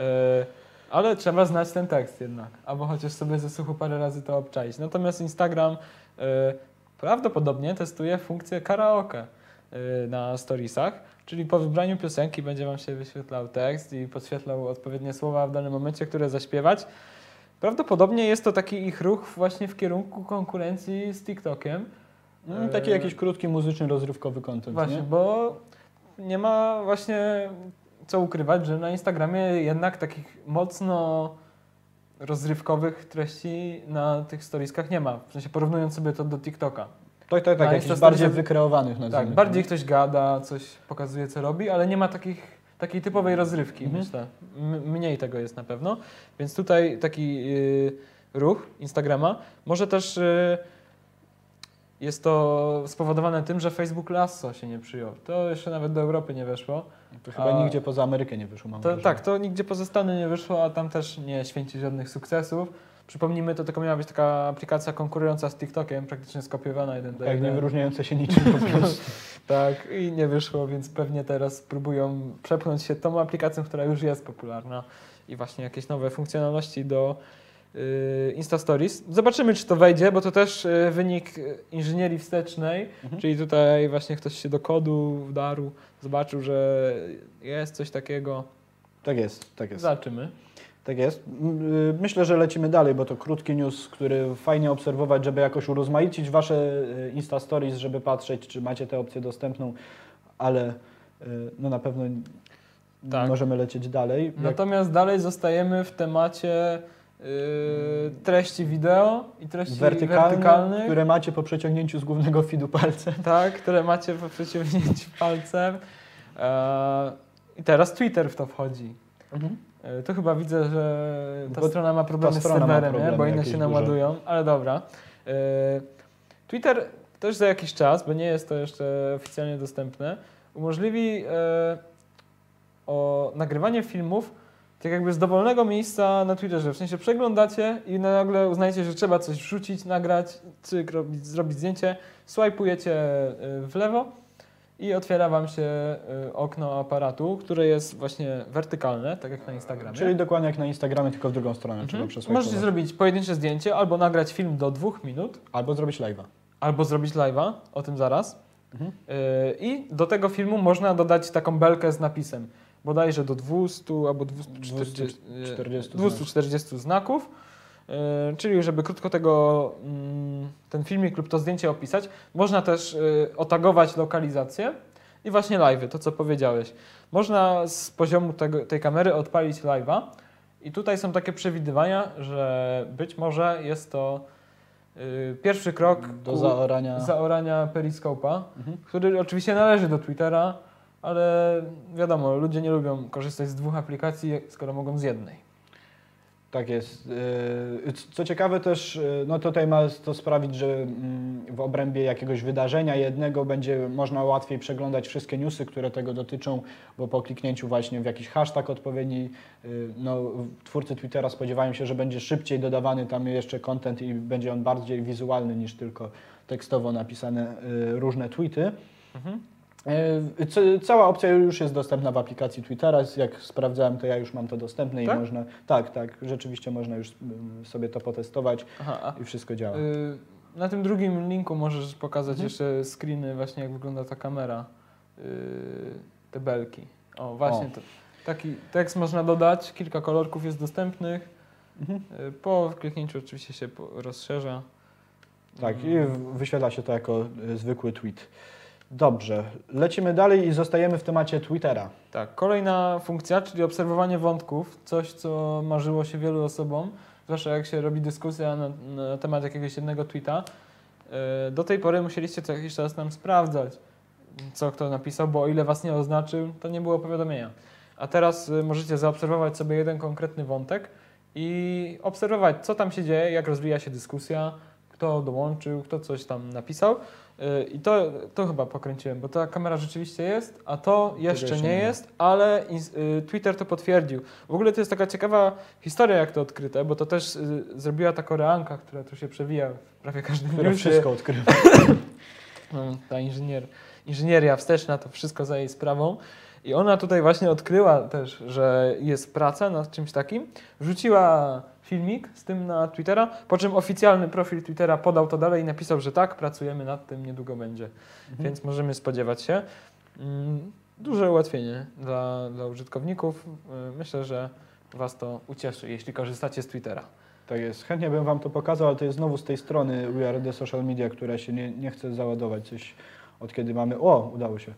ale trzeba znać ten tekst jednak, albo chociaż sobie ze słuchu parę razy to obczaić. Natomiast Instagram yy, prawdopodobnie testuje funkcję karaoke yy, na storiesach, czyli po wybraniu piosenki będzie Wam się wyświetlał tekst i podświetlał odpowiednie słowa w danym momencie, które zaśpiewać. Prawdopodobnie jest to taki ich ruch właśnie w kierunku konkurencji z TikTokiem. Mm, taki jakiś krótki, muzyczny, rozrywkowy content, Właśnie, nie? bo nie ma właśnie co ukrywać, że na Instagramie jednak takich mocno rozrywkowych treści na tych storieskach nie ma. W sensie porównując sobie to do TikToka. Tak, tak, tak. Na Jakichś Insta bardziej Storiesach- wykreowanych nazwijmy Tak, to, bardziej nie? ktoś gada, coś pokazuje, co robi, ale nie ma takich, takiej typowej rozrywki, Mhm. myślę. M- mniej tego jest na pewno. Więc tutaj taki y, ruch Instagrama może też y, jest to spowodowane tym, że Facebook Lasso się nie przyjął. To jeszcze nawet do Europy nie weszło. To chyba A- nigdzie poza Amerykę nie wyszło, mam To, wrażenie. tak, to nigdzie poza Stany nie wyszło, a tam też nie święci żadnych sukcesów. Przypomnijmy, to tylko miała być taka aplikacja konkurująca z TikTokiem, praktycznie skopiowana jeden do Tak, nie jeden. wyróżniające się niczym po prostu. Tak, i nie wyszło, więc pewnie teraz próbują przepchnąć się tą aplikacją, która już jest popularna i właśnie jakieś nowe funkcjonalności do y, Insta Stories. Zobaczymy, czy to wejdzie, bo to też y, wynik y, inżynierii wstecznej, Mhm. czyli tutaj właśnie ktoś się do kodu wdarł, zobaczył, że jest coś takiego. Tak jest, tak jest. Zobaczymy. Tak jest. M- y, Myślę, że lecimy dalej, bo to krótki news, który fajnie obserwować, żeby jakoś urozmaicić Wasze y, Insta Stories, żeby patrzeć, czy macie tę opcję dostępną, ale y, no na pewno Tak. możemy lecieć dalej. Jak, Natomiast dalej zostajemy w temacie y, treści wideo i treści wertykalne, wertykalnych. które macie po przeciągnięciu z głównego feedu palcem. Tak, które macie po przeciągnięciu palcem. E, I teraz Twitter w to wchodzi. E, to chyba widzę, że ta Bo strona ma problemy ta z strona ma serwerem, nie? problemy Bo inne jakieś się duże. naładują, ale dobra. E, Twitter też za jakiś czas, bo nie jest to jeszcze oficjalnie dostępne, umożliwi e, o nagrywanie filmów tak jakby z dowolnego miejsca na Twitterze. W sensie przeglądacie i nagle uznajecie, że trzeba coś wrzucić, nagrać, cyk, robić, zrobić zdjęcie, swajpujecie y, w lewo i otwiera Wam się y, okno aparatu, które jest właśnie wertykalne, tak jak na Instagramie. Czyli dokładnie jak na Instagramie, tylko w drugą stronę trzeba mhm. przesłać. Możecie zrobić pojedyncze zdjęcie albo nagrać film do dwóch minut, Albo zrobić live'a. albo zrobić live'a, o tym zaraz. Mhm. Yy, I do tego filmu można dodać taką belkę z napisem. Bodajże do dwieście albo dwieście czterdzieści, dwieście czterdzieści znaków. Yy, czyli żeby krótko tego, yy, ten filmik lub to zdjęcie opisać. Można też yy, otagować lokalizację i właśnie live'y, to co powiedziałeś. Można z poziomu tego, tej kamery odpalić live'a i tutaj są takie przewidywania, że być może jest to yy, pierwszy krok Do ku zaorania. zaorania Periscope'a, Mhm. który oczywiście należy do Twittera, ale wiadomo, ludzie nie lubią korzystać z dwóch aplikacji, skoro mogą z jednej. Tak jest. Yy, Co ciekawe też, yy, no tutaj ma to sprawić, że mm, w obrębie jakiegoś wydarzenia jednego będzie można łatwiej przeglądać wszystkie newsy, które tego dotyczą, bo po kliknięciu właśnie w jakiś hashtag odpowiedni, yy, no twórcy Twittera spodziewają się, że będzie szybciej dodawany tam jeszcze content i będzie on bardziej wizualny niż tylko tekstowo napisane yy, różne tweety. Mhm. E, ca- Cała opcja już jest dostępna w aplikacji Twittera. Jak sprawdzałem, to ja już mam to dostępne Tak? i można. Tak, tak, rzeczywiście można już mm, sobie to potestować Aha, a, i wszystko działa. yy, na tym drugim linku możesz pokazać Mhm. jeszcze screeny właśnie jak wygląda ta kamera, yy, te belki. O, właśnie O. To, taki tekst można dodać, kilka kolorków jest dostępnych. Mhm. Yy, po kliknięciu oczywiście się po- rozszerza. Tak, i w- wyświetla się to jako y, zwykły tweet. Dobrze, lecimy dalej i zostajemy w temacie Twittera. Tak, kolejna funkcja, czyli obserwowanie wątków, coś co marzyło się wielu osobom, zwłaszcza jak się robi dyskusja na, na temat jakiegoś jednego tweeta. Yy, Do tej pory musieliście co jakiś czas nam sprawdzać, co kto napisał, bo o ile was nie oznaczył, to nie było powiadomienia. A teraz y, możecie zaobserwować sobie jeden konkretny wątek i obserwować, co tam się dzieje, jak rozwija się dyskusja, kto dołączył, kto coś tam napisał. Yy, I to, to chyba pokręciłem, bo ta kamera rzeczywiście jest, a to jeszcze jeszcze nie nie ma. jest, ale ins- y, Twitter to potwierdził. W ogóle to jest taka ciekawa historia, jak to odkryte, bo to też y, zrobiła ta Koreanka, która tu się przewija w prawie każdym Które newsie. wszystko odkrywa. No, ta inżynier, inżynieria wsteczna to wszystko za jej sprawą. I ona tutaj właśnie odkryła też, że jest praca nad czymś takim. Wrzuciła filmik z tym na Twittera, po czym oficjalny profil Twittera podał to dalej i napisał, że tak, pracujemy nad tym, niedługo będzie. Mhm. Więc możemy spodziewać się. Mm, Duże ułatwienie dla, dla użytkowników. Y, Myślę, że Was to ucieszy, jeśli korzystacie z Twittera. Tak jest. Chętnie bym Wam to pokazał, ale to jest znowu z tej strony We Are The Social Media, która się nie, nie chce załadować coś od kiedy mamy... O, udało się.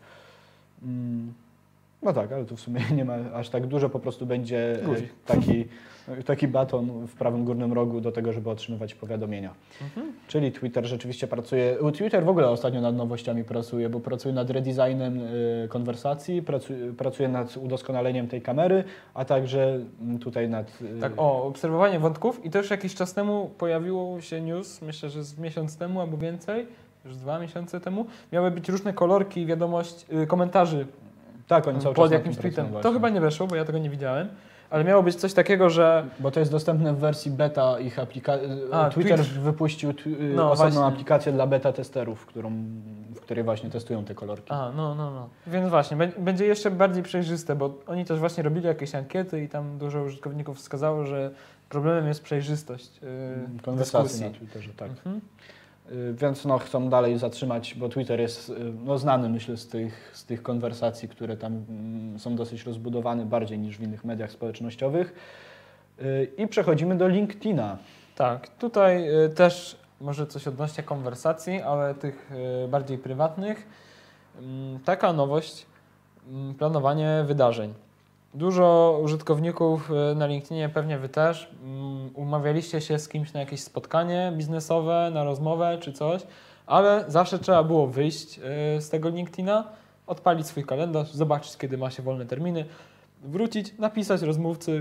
Mm. No tak, ale tu w sumie nie ma aż tak dużo, po prostu będzie e, Guzik. taki, taki baton w prawym górnym rogu do tego, żeby otrzymywać powiadomienia. Mhm. Czyli Twitter rzeczywiście pracuje, Twitter w ogóle ostatnio nad nowościami pracuje, bo pracuje nad redesignem y, konwersacji, pracuje, pracuje nad udoskonaleniem tej kamery, a także mm, tutaj nad... y, Tak, o, obserwowanie wątków i też jakiś czas temu pojawiło się news, myślę, że z miesiąc temu albo więcej, już dwa miesiące temu, miały być różne kolorki wiadomość, y, komentarzy Tak, oni cały czas pod nad jakimś tym tweetem. pracują To właśnie. chyba nie weszło, bo ja tego nie widziałem, ale miało być coś takiego, że Bo to jest dostępne w wersji beta ich aplikacji. A, Twitter tweet- wypuścił tw- y, No, osobną właśnie. aplikację dla beta testerów, którą, w której właśnie testują te kolorki. A, no, no, no. Więc właśnie, bę- będzie jeszcze bardziej przejrzyste, bo oni też właśnie robili jakieś ankiety i tam dużo użytkowników wskazało, że problemem jest przejrzystość yy, Konwersacji dyskusji. na Twitterze, tak. Mhm. Y, Więc no, chcą dalej zatrzymać, bo Twitter jest y, no, znany, myślę, z tych, z tych konwersacji, które tam mm, są dosyć rozbudowane bardziej niż w innych mediach społecznościowych. Y, I przechodzimy do LinkedIna. Tak, tutaj y, też może coś odnośnie konwersacji, ale tych y, bardziej prywatnych. Ym, Taka nowość, ym, planowanie wydarzeń. Dużo użytkowników y, na LinkedInie, pewnie Wy też, ym, umawialiście się z kimś na jakieś spotkanie biznesowe, na rozmowę czy coś, ale zawsze trzeba było wyjść y, z tego LinkedIna, odpalić swój kalendarz, zobaczyć, kiedy ma się wolne terminy, wrócić, napisać rozmówcy.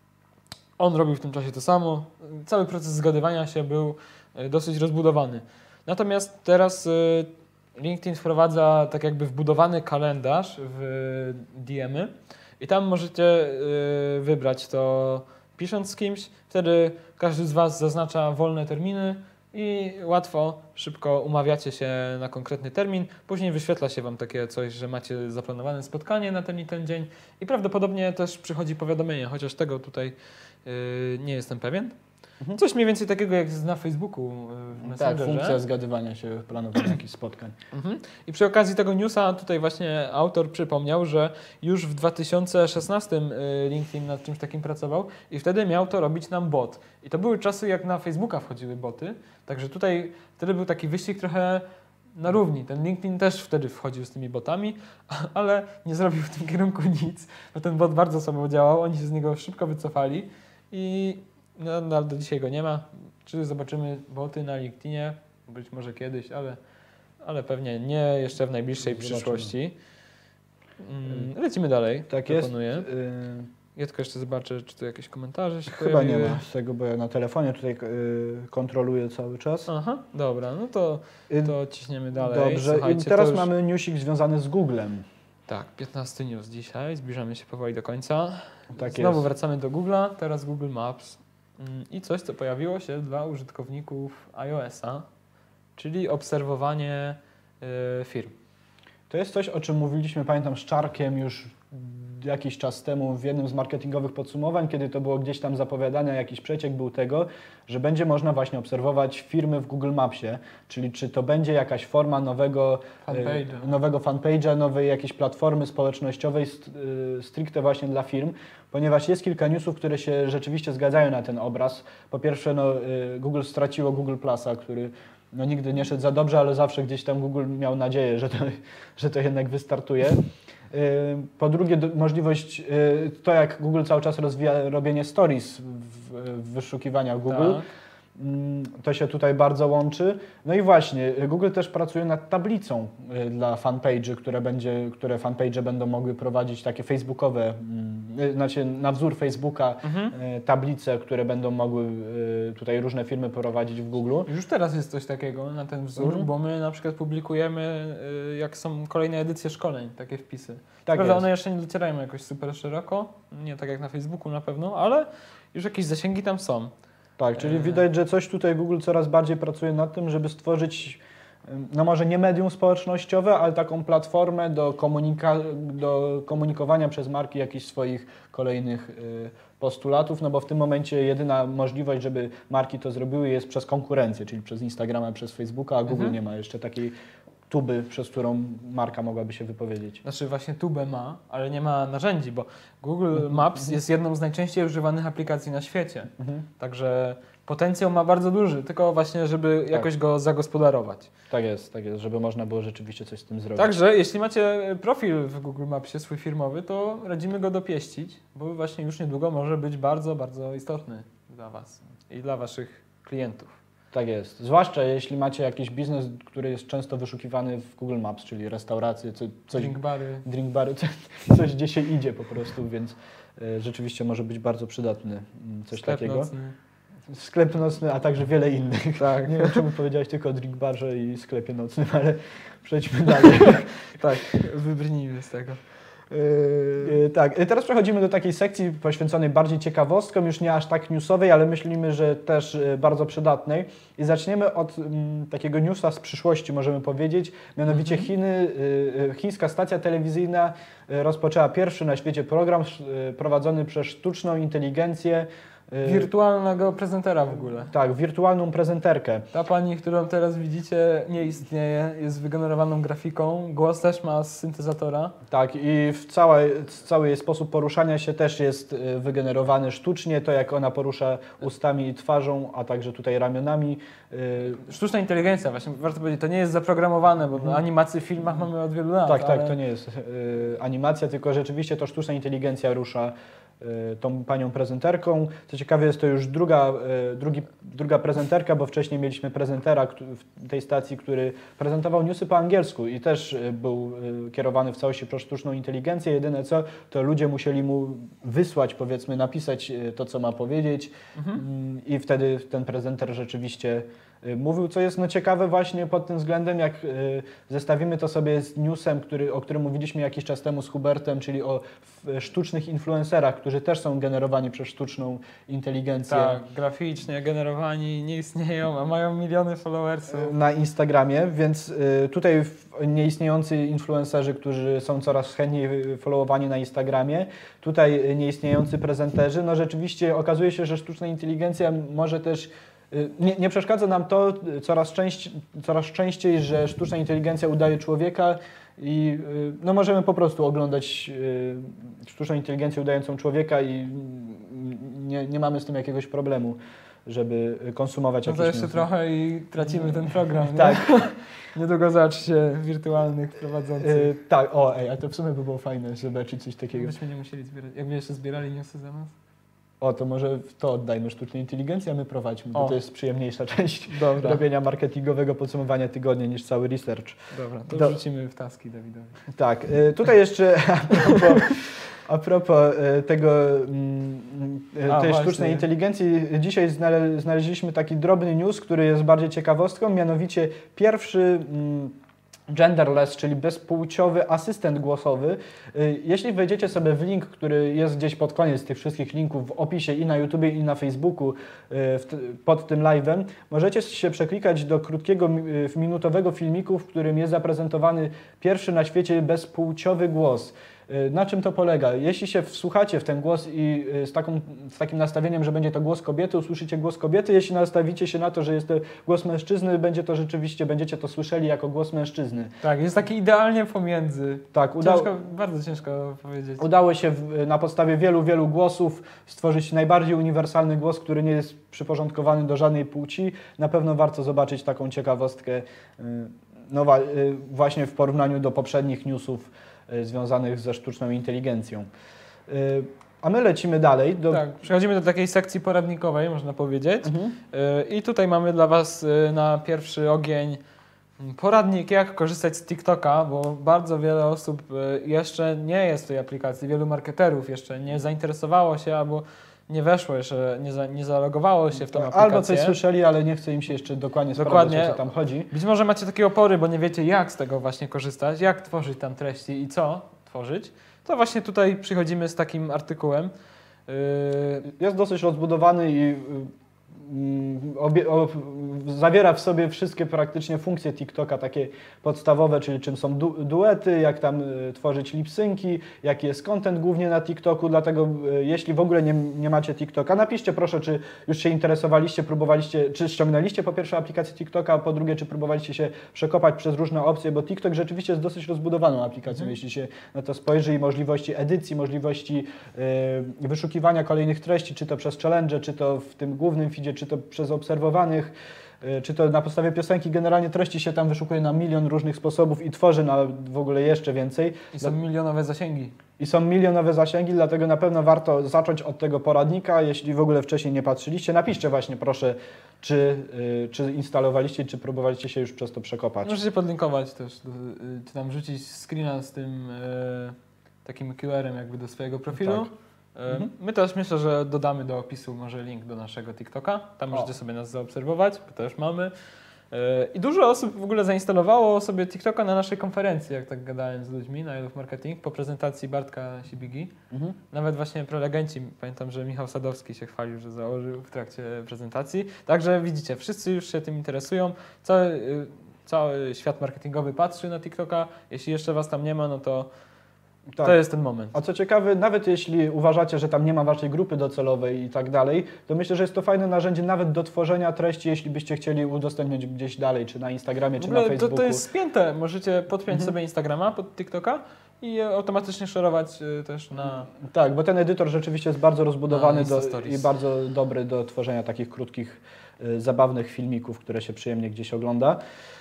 On robił w tym czasie to samo. Cały proces zgadywania się był y, dosyć rozbudowany. Natomiast teraz y, LinkedIn wprowadza tak jakby wbudowany kalendarz w D M y i tam możecie y, wybrać to pisząc z kimś. Wtedy każdy z Was zaznacza wolne terminy i łatwo, szybko umawiacie się na konkretny termin. Później wyświetla się Wam takie coś, że macie zaplanowane spotkanie na ten i ten dzień i prawdopodobnie też przychodzi powiadomienie, chociaż tego tutaj yy, nie jestem pewien. Mhm. Coś mniej więcej takiego jak na Facebooku w Tak, Messengerze. funkcja zgadywania się, planowania jakichś spotkań. Mhm. I przy okazji tego newsa tutaj właśnie autor przypomniał, że już w dwa tysiące szesnastym LinkedIn nad czymś takim pracował i wtedy miał to robić nam bot. I to były czasy, jak na Facebooka wchodziły boty, także tutaj wtedy był taki wyścig trochę na równi. Ten LinkedIn też wtedy wchodził z tymi botami, ale nie zrobił w tym kierunku nic, bo ten bot bardzo słabo działał, oni się z niego szybko wycofali i no, no, do dzisiaj go nie ma. Czy zobaczymy boty na LinkedInie? Być może kiedyś, ale, ale pewnie nie jeszcze w najbliższej Zobaczymy. przyszłości. Mm, lecimy dalej. Tak proponuję. jest. Y, Ja tylko jeszcze zobaczę, czy tu jakieś komentarze się Chyba pojawiły. nie ma z tego, bo ja na telefonie tutaj y, kontroluję cały czas. Aha, dobra, no to, Y, to ciśniemy dalej. Dobrze, Słuchajcie, i teraz to już... mamy newsik związany z Googlem. Tak, piętnasty news dzisiaj, zbliżamy się powoli do końca. Tak Znowu jest. wracamy do Google'a, teraz Google Maps Mm, i coś, co pojawiło się dla użytkowników iOS-a, czyli obserwowanie y, firm. To jest coś, o czym mówiliśmy, pamiętam, z Czarkiem już jakiś czas temu w jednym z marketingowych podsumowań, kiedy to było gdzieś tam zapowiadane, jakiś przeciek był tego, że będzie można właśnie obserwować firmy w Google Mapsie, czyli czy to będzie jakaś forma nowego Fanpage'a. e, nowego fanpage'a, nowej jakiejś platformy społecznościowej st, e, stricte właśnie dla firm, ponieważ jest kilka newsów, które się rzeczywiście zgadzają na ten obraz. Po pierwsze, no, e, Google straciło Google Plusa, który no, nigdy nie szedł za dobrze, ale zawsze gdzieś tam Google miał nadzieję, że to, że to jednak wystartuje. Po drugie, możliwość, to jak Google cały czas rozwija robienie stories w, w wyszukiwaniach Google, Tak. to się tutaj bardzo łączy. No i właśnie, Google też pracuje nad tablicą dla fanpage'y, które, będzie, które fanpage'e będą mogły prowadzić takie facebookowe, znaczy na wzór Facebooka Mhm. tablice, które będą mogły tutaj różne firmy prowadzić w Google. Już teraz jest coś takiego na ten wzór, Mhm. bo my na przykład publikujemy, y, jak są kolejne edycje szkoleń, takie wpisy. Tak Prawda, jest. one jeszcze nie docierają jakoś super szeroko, nie tak jak na Facebooku na pewno, ale już jakieś zasięgi tam są. Tak, czyli E. widać, że coś tutaj Google coraz bardziej pracuje nad tym, żeby stworzyć, no może nie medium społecznościowe, ale taką platformę do, komunika do komunikowania przez marki jakichś swoich kolejnych y, postulatów, no bo w tym momencie jedyna możliwość, żeby marki to zrobiły, jest przez konkurencję, czyli przez Instagrama, przez Facebooka, a Google Mhm. nie ma jeszcze takiej tuby, przez którą marka mogłaby się wypowiedzieć. Znaczy właśnie tubę ma, ale nie ma narzędzi, bo Google Maps jest jedną z najczęściej używanych aplikacji na świecie. Mhm. Także potencjał ma bardzo duży, tylko właśnie, żeby jakoś go zagospodarować. Tak jest, tak jest, żeby można było rzeczywiście coś z tym zrobić. Także jeśli macie profil w Google Mapsie swój firmowy, to radzimy go dopieścić, bo właśnie już niedługo może być bardzo, bardzo istotny dla Was i dla Waszych klientów. Tak jest. Zwłaszcza jeśli macie jakiś biznes, który jest często wyszukiwany w Google Maps, czyli restauracje, co, coś, Drink bary. drink bary, co, coś gdzie się idzie po prostu, więc e, rzeczywiście może być bardzo przydatny mm, coś Sklep takiego. nocny. Sklep nocny, a także wiele innych. Tak. Nie wiem, czemu powiedziałeś tylko o drink barze i sklepie nocnym, ale przejdźmy dalej. Tak, wybrnijmy z tego. Yy, tak, yy, teraz przechodzimy do takiej sekcji poświęconej bardziej ciekawostkom, już nie aż tak newsowej, ale myślimy, że też yy, bardzo przydatnej. I zaczniemy od mm, takiego newsa z przyszłości, możemy powiedzieć. Mianowicie Mhm. Chiny, yy, chińska stacja telewizyjna yy, rozpoczęła pierwszy na świecie program yy, prowadzony przez sztuczną inteligencję. yy, Wirtualnego prezentera w ogóle. Tak, wirtualną prezenterkę. Ta pani, którą teraz widzicie, nie istnieje, jest wygenerowaną grafiką, głos też ma z syntezatora. Tak, i w całej, cały jej sposób poruszania się też jest y, wygenerowany sztucznie, to jak ona porusza ustami i twarzą, a także tutaj ramionami. y, Sztuczna inteligencja, właśnie warto powiedzieć, to nie jest zaprogramowane, bo Mhm. animacje w filmach mamy od wielu lat. Tak, tak, ale... to nie jest y, animacja, tylko rzeczywiście to sztuczna inteligencja rusza y, tą panią prezenterką. Co ciekawe, jest to już druga, y, drugi, druga prezenterka, bo wcześniej mieliśmy prezentera któ- w tej stacji, który prezentował newsy po angielsku i też y, był y, kierowany w całości przez sztuczną inteligencję. Jedyne co, to ludzie musieli mu wysłać, powiedzmy, napisać y, to, co ma powiedzieć Mhm. mm, i wtedy ten prezenter rzeczywiście y, mówił, co jest no ciekawe właśnie pod tym względem, jak y, zestawimy to sobie z newsem, który, o którym mówiliśmy jakiś czas temu z Hubertem, czyli o f, sztucznych influencerach, którzy którzy też są generowani przez sztuczną inteligencję. Tak, graficznie generowani, nie istnieją, a mają miliony followersów. Na Instagramie, więc y, tutaj nieistniejący influencerzy, którzy są coraz chętniej followowani na Instagramie, tutaj nieistniejący prezenterzy, no rzeczywiście okazuje się, że sztuczna inteligencja może też Nie, nie przeszkadza nam to coraz częściej, coraz częściej, że sztuczna inteligencja udaje człowieka i no, możemy po prostu oglądać sztuczną inteligencję udającą człowieka i nie, nie mamy z tym jakiegoś problemu, żeby konsumować no jakieś to jeszcze newsy. trochę i tracimy ten program. Nie? Tak. Niedługo zobaczcie wirtualnych prowadzących. Yy, tak, o ej, a to w sumie by było fajne, zobaczyć coś takiego. Byśmy nie musieli zbierać. Jakby jeszcze zbierali newsy za nas? O, to może to oddajmy sztucznej inteligencji, a my prowadźmy, bo O. to jest przyjemniejsza część Dobra, robienia marketingowego podsumowania tygodnia niż cały research. dobra, to Do- wrzucimy w taski Dawidowi. Tak, y, tutaj jeszcze a propos, a propos y, tego, mm, y, A, tej właśnie. sztucznej inteligencji, dzisiaj znale, znaleźliśmy taki drobny news, który jest bardziej ciekawostką, mianowicie pierwszy mm, genderless, czyli bezpłciowy asystent głosowy. Y, Jeśli wejdziecie sobie w link, który jest gdzieś pod koniec tych wszystkich linków w opisie i na YouTubie i na Facebooku y, w t- pod tym live'em, możecie się przeklikać do krótkiego mi- y, minutowego filmiku, w którym jest zaprezentowany pierwszy na świecie bezpłciowy głos. Y, Na czym to polega? Jeśli się wsłuchacie w ten głos i y, z, taką, z takim nastawieniem, że będzie to głos kobiety, usłyszycie głos kobiety. Jeśli nastawicie się na to, że jest to głos mężczyzny, będzie to rzeczywiście, będziecie to słyszeli jako głos mężczyzny. Tak, jest taki idealnie pomiędzy. Tak, udało, Ciężko, bardzo ciężko powiedzieć. udało się w, na podstawie wielu, wielu głosów stworzyć najbardziej uniwersalny głos, który nie jest przyporządkowany do żadnej płci. Na pewno warto zobaczyć taką ciekawostkę y, no, wa- y, właśnie w porównaniu do poprzednich newsów y, związanych ze sztuczną inteligencją. Y, A my lecimy dalej. Do... Tak, przechodzimy do takiej sekcji poradnikowej, można powiedzieć. Mhm. Y, I tutaj mamy dla Was y, na pierwszy ogień poradnik, jak korzystać z TikToka, bo bardzo wiele osób y, jeszcze nie jest w tej aplikacji, wielu marketerów jeszcze nie zainteresowało się albo nie weszło jeszcze, nie, za, nie zalogowało się w tą aplikację. Albo coś słyszeli, ale nie chce im się jeszcze dokładnie, Dokładnie. sprawdzać, o co tam chodzi. Być może macie takie opory, bo nie wiecie, jak z tego właśnie korzystać, jak tworzyć tam treści i co tworzyć. To właśnie tutaj przychodzimy z takim artykułem. Yy, Jest dosyć rozbudowany i y, mm, obie, o, zawiera w sobie wszystkie praktycznie funkcje TikToka, takie podstawowe, czyli czym są du, duety, jak tam y, tworzyć lip-synki, jaki jest content głównie na TikToku, dlatego y, jeśli w ogóle nie, nie macie TikToka, napiszcie proszę, czy już się interesowaliście, próbowaliście, czy ściągnęliście po pierwsze aplikację TikToka, a po drugie, czy próbowaliście się przekopać przez różne opcje, bo TikTok rzeczywiście jest dosyć rozbudowaną aplikacją, Mhm. jeśli się na to spojrzy i możliwości edycji, możliwości y, wyszukiwania kolejnych treści, czy to przez challenge, czy to w tym głównym feedzie, czy to przez obserwowanych, y, czy to na podstawie piosenki. Generalnie treści się tam wyszukuje na milion różnych sposobów i tworzy na w ogóle jeszcze więcej. I są milionowe zasięgi. I są milionowe zasięgi, dlatego na pewno warto zacząć od tego poradnika. Jeśli w ogóle wcześniej nie patrzyliście, napiszcie właśnie proszę, czy, y, czy instalowaliście, czy próbowaliście się już przez to przekopać. Możecie podlinkować też, do, y, czy tam wrzucić screena z tym y, takim Q R-em jakby do swojego profilu. Tak. Y, Mhm. My też myślę, że dodamy do opisu może link do naszego TikToka. Tam O. możecie sobie nas zaobserwować, bo też mamy. Y, I dużo osób w ogóle zainstalowało sobie TikToka na naszej konferencji, jak tak gadałem z ludźmi na I Love Marketing, po prezentacji Bartka Sibigi. Mhm. Nawet właśnie prelegenci, pamiętam, że Michał Sadowski się chwalił, że założył w trakcie prezentacji. Także widzicie, wszyscy już się tym interesują. Cały, y, cały świat marketingowy patrzy na TikToka. Jeśli jeszcze Was tam nie ma, no to Tak. to jest ten moment. A co ciekawe, nawet jeśli uważacie, że tam nie ma waszej grupy docelowej i tak dalej, to myślę, że jest to fajne narzędzie nawet do tworzenia treści, jeśli byście chcieli udostępnić gdzieś dalej, czy na Instagramie, W czy na ogóle to, Facebooku. to jest spięte. Możecie podpiąć Mhm. sobie Instagrama pod TikToka i automatycznie szerować y, też na... Tak, bo ten edytor rzeczywiście jest bardzo rozbudowany Na do, Insta Stories. i bardzo dobry do tworzenia takich krótkich, y, zabawnych filmików, które się przyjemnie gdzieś ogląda.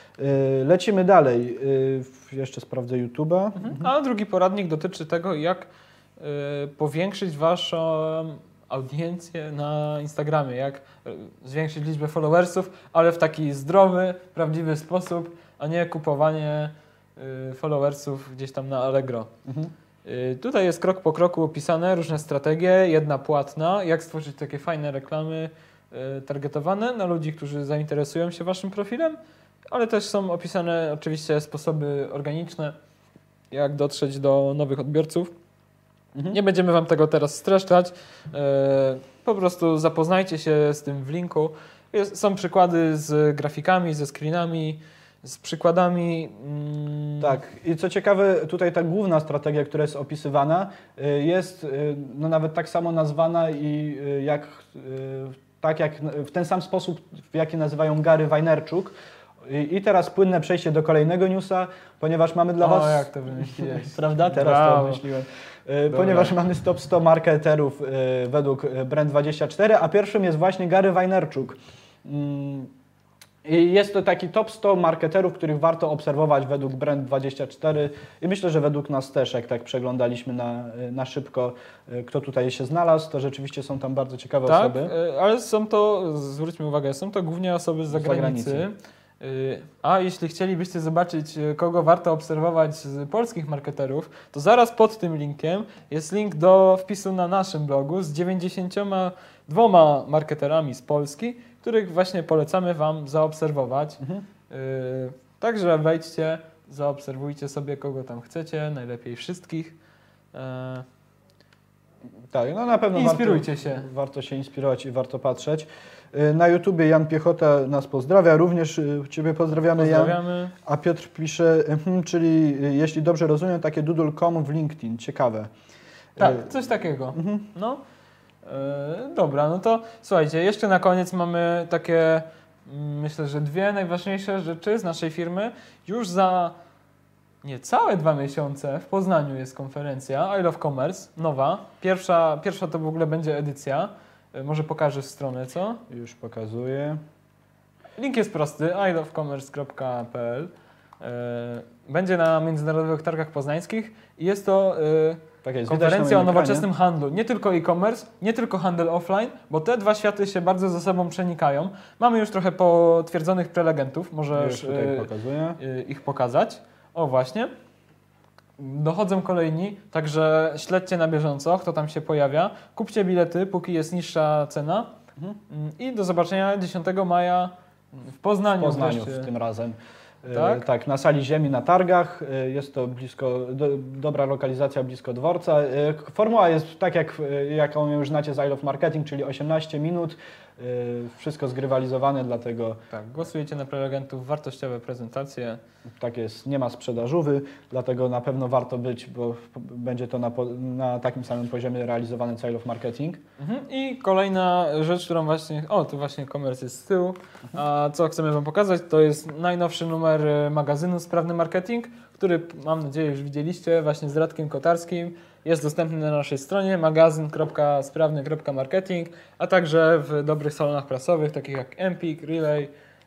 Y, lecimy dalej. Y, jeszcze sprawdzę YouTube'a. Mhm. A drugi poradnik dotyczy tego, jak y, powiększyć Waszą audiencję na Instagramie, jak y, zwiększyć liczbę followersów, ale w taki zdrowy, prawdziwy sposób, a nie kupowanie y, followersów gdzieś tam na Allegro. Mhm. Y, tutaj jest krok po kroku opisane różne strategie, jedna płatna, jak stworzyć takie fajne reklamy y, targetowane na ludzi, którzy zainteresują się Waszym profilem, ale też są opisane oczywiście sposoby organiczne, jak dotrzeć do nowych odbiorców. Mhm. Nie będziemy Wam tego teraz streszczać. Po prostu zapoznajcie się z tym w linku. Jest, są przykłady z grafikami, ze screenami, z przykładami. Mm. Tak, i co ciekawe, tutaj ta główna strategia, która jest opisywana, jest no nawet tak samo nazwana i jak, tak jak w ten sam sposób, w jaki nazywają Gary Vaynerchuk. I teraz płynne przejście do kolejnego newsa, ponieważ mamy dla o, Was... O, jak to wymyśliłeś. Prawda? Teraz Brawo. to wymyśliłem. Dobra. Ponieważ mamy top sto marketerów według Brand dwadzieścia cztery, a pierwszym jest właśnie Gary Vaynerchuk. I jest to taki top sto marketerów, których warto obserwować według Brand dwadzieścia cztery i myślę, że według nas też, jak tak przeglądaliśmy na, na szybko, kto tutaj się znalazł, to rzeczywiście są tam bardzo ciekawe tak, osoby. Ale są to, zwróćmy uwagę, są to głównie osoby z zagranicy. Z zagranicy. A jeśli chcielibyście zobaczyć, kogo warto obserwować z polskich marketerów, to zaraz pod tym linkiem jest link do wpisu na naszym blogu z dziewięćdziesięcioma dwoma marketerami z Polski, których właśnie polecamy Wam zaobserwować. Mhm. Także wejdźcie, zaobserwujcie sobie, kogo tam chcecie, najlepiej wszystkich. Tak, no na pewno inspirujcie warto, się. Warto się inspirować i warto patrzeć. Na YouTubie Jan Piechota nas pozdrawia, również Ciebie pozdrawiamy, pozdrawiamy. Jan. A Piotr pisze, hmm, czyli jeśli dobrze rozumiem, takie doodle kropka com w LinkedIn, ciekawe. Tak, coś takiego. Mhm. No. Yy, dobra, no to słuchajcie, jeszcze na koniec mamy takie, myślę, że dwie najważniejsze rzeczy z naszej firmy. Już za niecałe dwa miesiące w Poznaniu jest konferencja I Love Commerce, nowa. Pierwsza, pierwsza to w ogóle będzie edycja. Może pokażesz stronę, co? Już pokazuję. Link jest prosty, i love commerce kropka p l. Będzie na Międzynarodowych Targach Poznańskich i jest to tak jest, konferencja o nowoczesnym handlu. Nie tylko e-commerce, nie tylko handel offline, bo te dwa światy się bardzo ze sobą przenikają. Mamy już trochę potwierdzonych prelegentów, możesz ich pokazać. O właśnie. Dochodzą kolejni, także śledźcie na bieżąco, kto tam się pojawia. Kupcie bilety, póki jest niższa cena. Mhm. I do zobaczenia dziesiątego maja w Poznaniu. W Poznaniu w tym razem. Tak? tak, na sali Ziemi na targach. Jest to blisko, do, dobra lokalizacja blisko dworca. Formuła jest tak, jak, jaką już znacie z I Love Marketing, czyli osiemnaście minut. Wszystko zgrywalizowane, dlatego... Tak, głosujecie na prelegentów, wartościowe prezentacje. Tak jest, nie ma sprzedażówy, dlatego na pewno warto być, bo będzie to na, na takim samym poziomie realizowane co I Love Marketing. Mhm. I kolejna rzecz, którą właśnie... O, tu właśnie e-commerce jest z tyłu. A co chcemy Wam pokazać, to jest najnowszy numer magazynu Sprawny Marketing, który mam nadzieję już widzieliście właśnie z Radkiem Kotarskim. Jest dostępny na naszej stronie magazyn kropka sprawny kropka marketing, a także w dobrych salonach prasowych, takich jak Empik, Relay,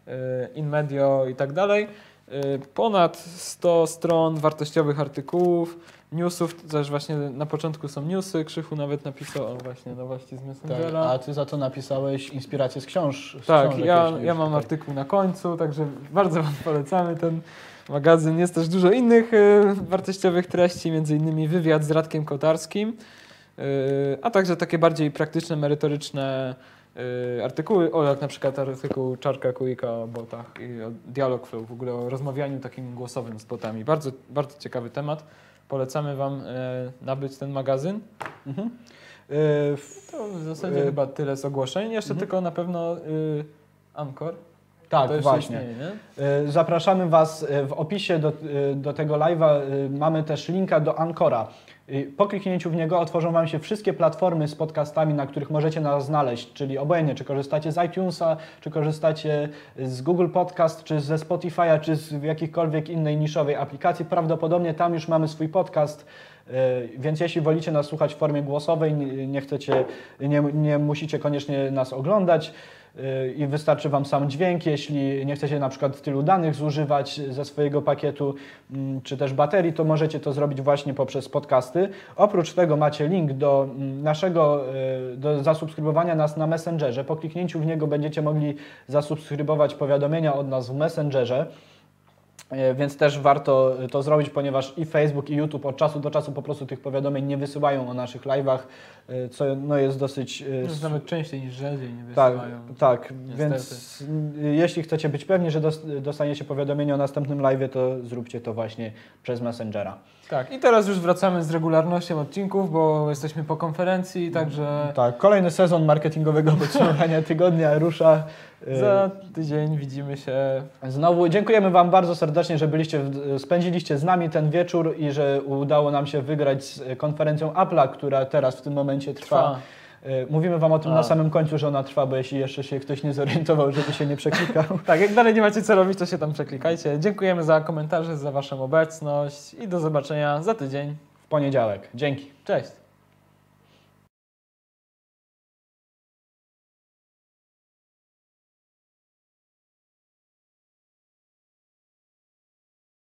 InMedio i tak dalej. Ponad sto stron wartościowych artykułów, newsów, też właśnie na początku są newsy, Krzychu nawet napisał o właśnie nowości z Messengera. Tak, a Ty za to napisałeś inspirację z książ. Z tak, ja, ja mam artykuł na końcu, także bardzo Wam polecamy ten magazyn. Jest też dużo innych y, wartościowych treści, między innymi wywiad z Radkiem Kotarskim, y, a także takie bardziej praktyczne, merytoryczne y, artykuły, o jak na przykład artykuł Czarka Kujika o botach i o Dialog Flow, w ogóle o rozmawianiu takim głosowym z botami. Bardzo, bardzo ciekawy temat. Polecamy Wam y, nabyć ten magazyn. Mhm. Y, to w zasadzie y, chyba tyle z ogłoszeń. Jeszcze mhm. tylko na pewno y, Anchor. Tak, właśnie. Istnieje, zapraszamy Was w opisie do, do tego live'a. Mamy też linka do Anchora. Po kliknięciu w niego otworzą Wam się wszystkie platformy z podcastami, na których możecie nas znaleźć, czyli obojętnie, czy korzystacie z iTunesa, czy korzystacie z Google Podcast, czy ze Spotify'a, czy z jakiejkolwiek innej niszowej aplikacji. Prawdopodobnie tam już mamy swój podcast, więc jeśli wolicie nas słuchać w formie głosowej, nie chcecie, nie, nie musicie koniecznie nas oglądać, i wystarczy Wam sam dźwięk, jeśli nie chcecie na przykład tylu danych zużywać ze swojego pakietu czy też baterii, to możecie to zrobić właśnie poprzez podcasty. Oprócz tego macie link do naszego, do zasubskrybowania nas na Messengerze. Po kliknięciu w niego będziecie mogli zasubskrybować powiadomienia od nas w Messengerze. E, Więc też warto to zrobić, ponieważ i Facebook, i YouTube od czasu do czasu po prostu tych powiadomień nie wysyłają o naszych live'ach, e, co no jest dosyć... e, Już nawet częściej niż rzadziej nie Tak, wysyłają. tak. Niestety. Więc y, jeśli chcecie być pewni, że dos- dostaniecie powiadomienie o następnym live'ie, to zróbcie to właśnie przez Messengera. Tak, i teraz już wracamy z regularnością odcinków, bo jesteśmy po konferencji, także Tak, kolejny sezon marketingowego podsumowania tygodnia rusza. Y, za tydzień widzimy się. Znowu dziękujemy Wam bardzo serdecznie, że byliście, w- spędziliście z nami ten wieczór i że udało nam się wygrać z konferencją Apple'a, która teraz w tym momencie trwa. Trwa. Y, Mówimy Wam o tym A. na samym końcu, że ona trwa, bo jeśli jeszcze się ktoś nie zorientował, żeby się nie przeklikał. Tak, jak dalej nie macie co robić, to się tam przeklikajcie. Dziękujemy za komentarze, za Waszą obecność i do zobaczenia za tydzień. W poniedziałek. Dzięki. Cześć!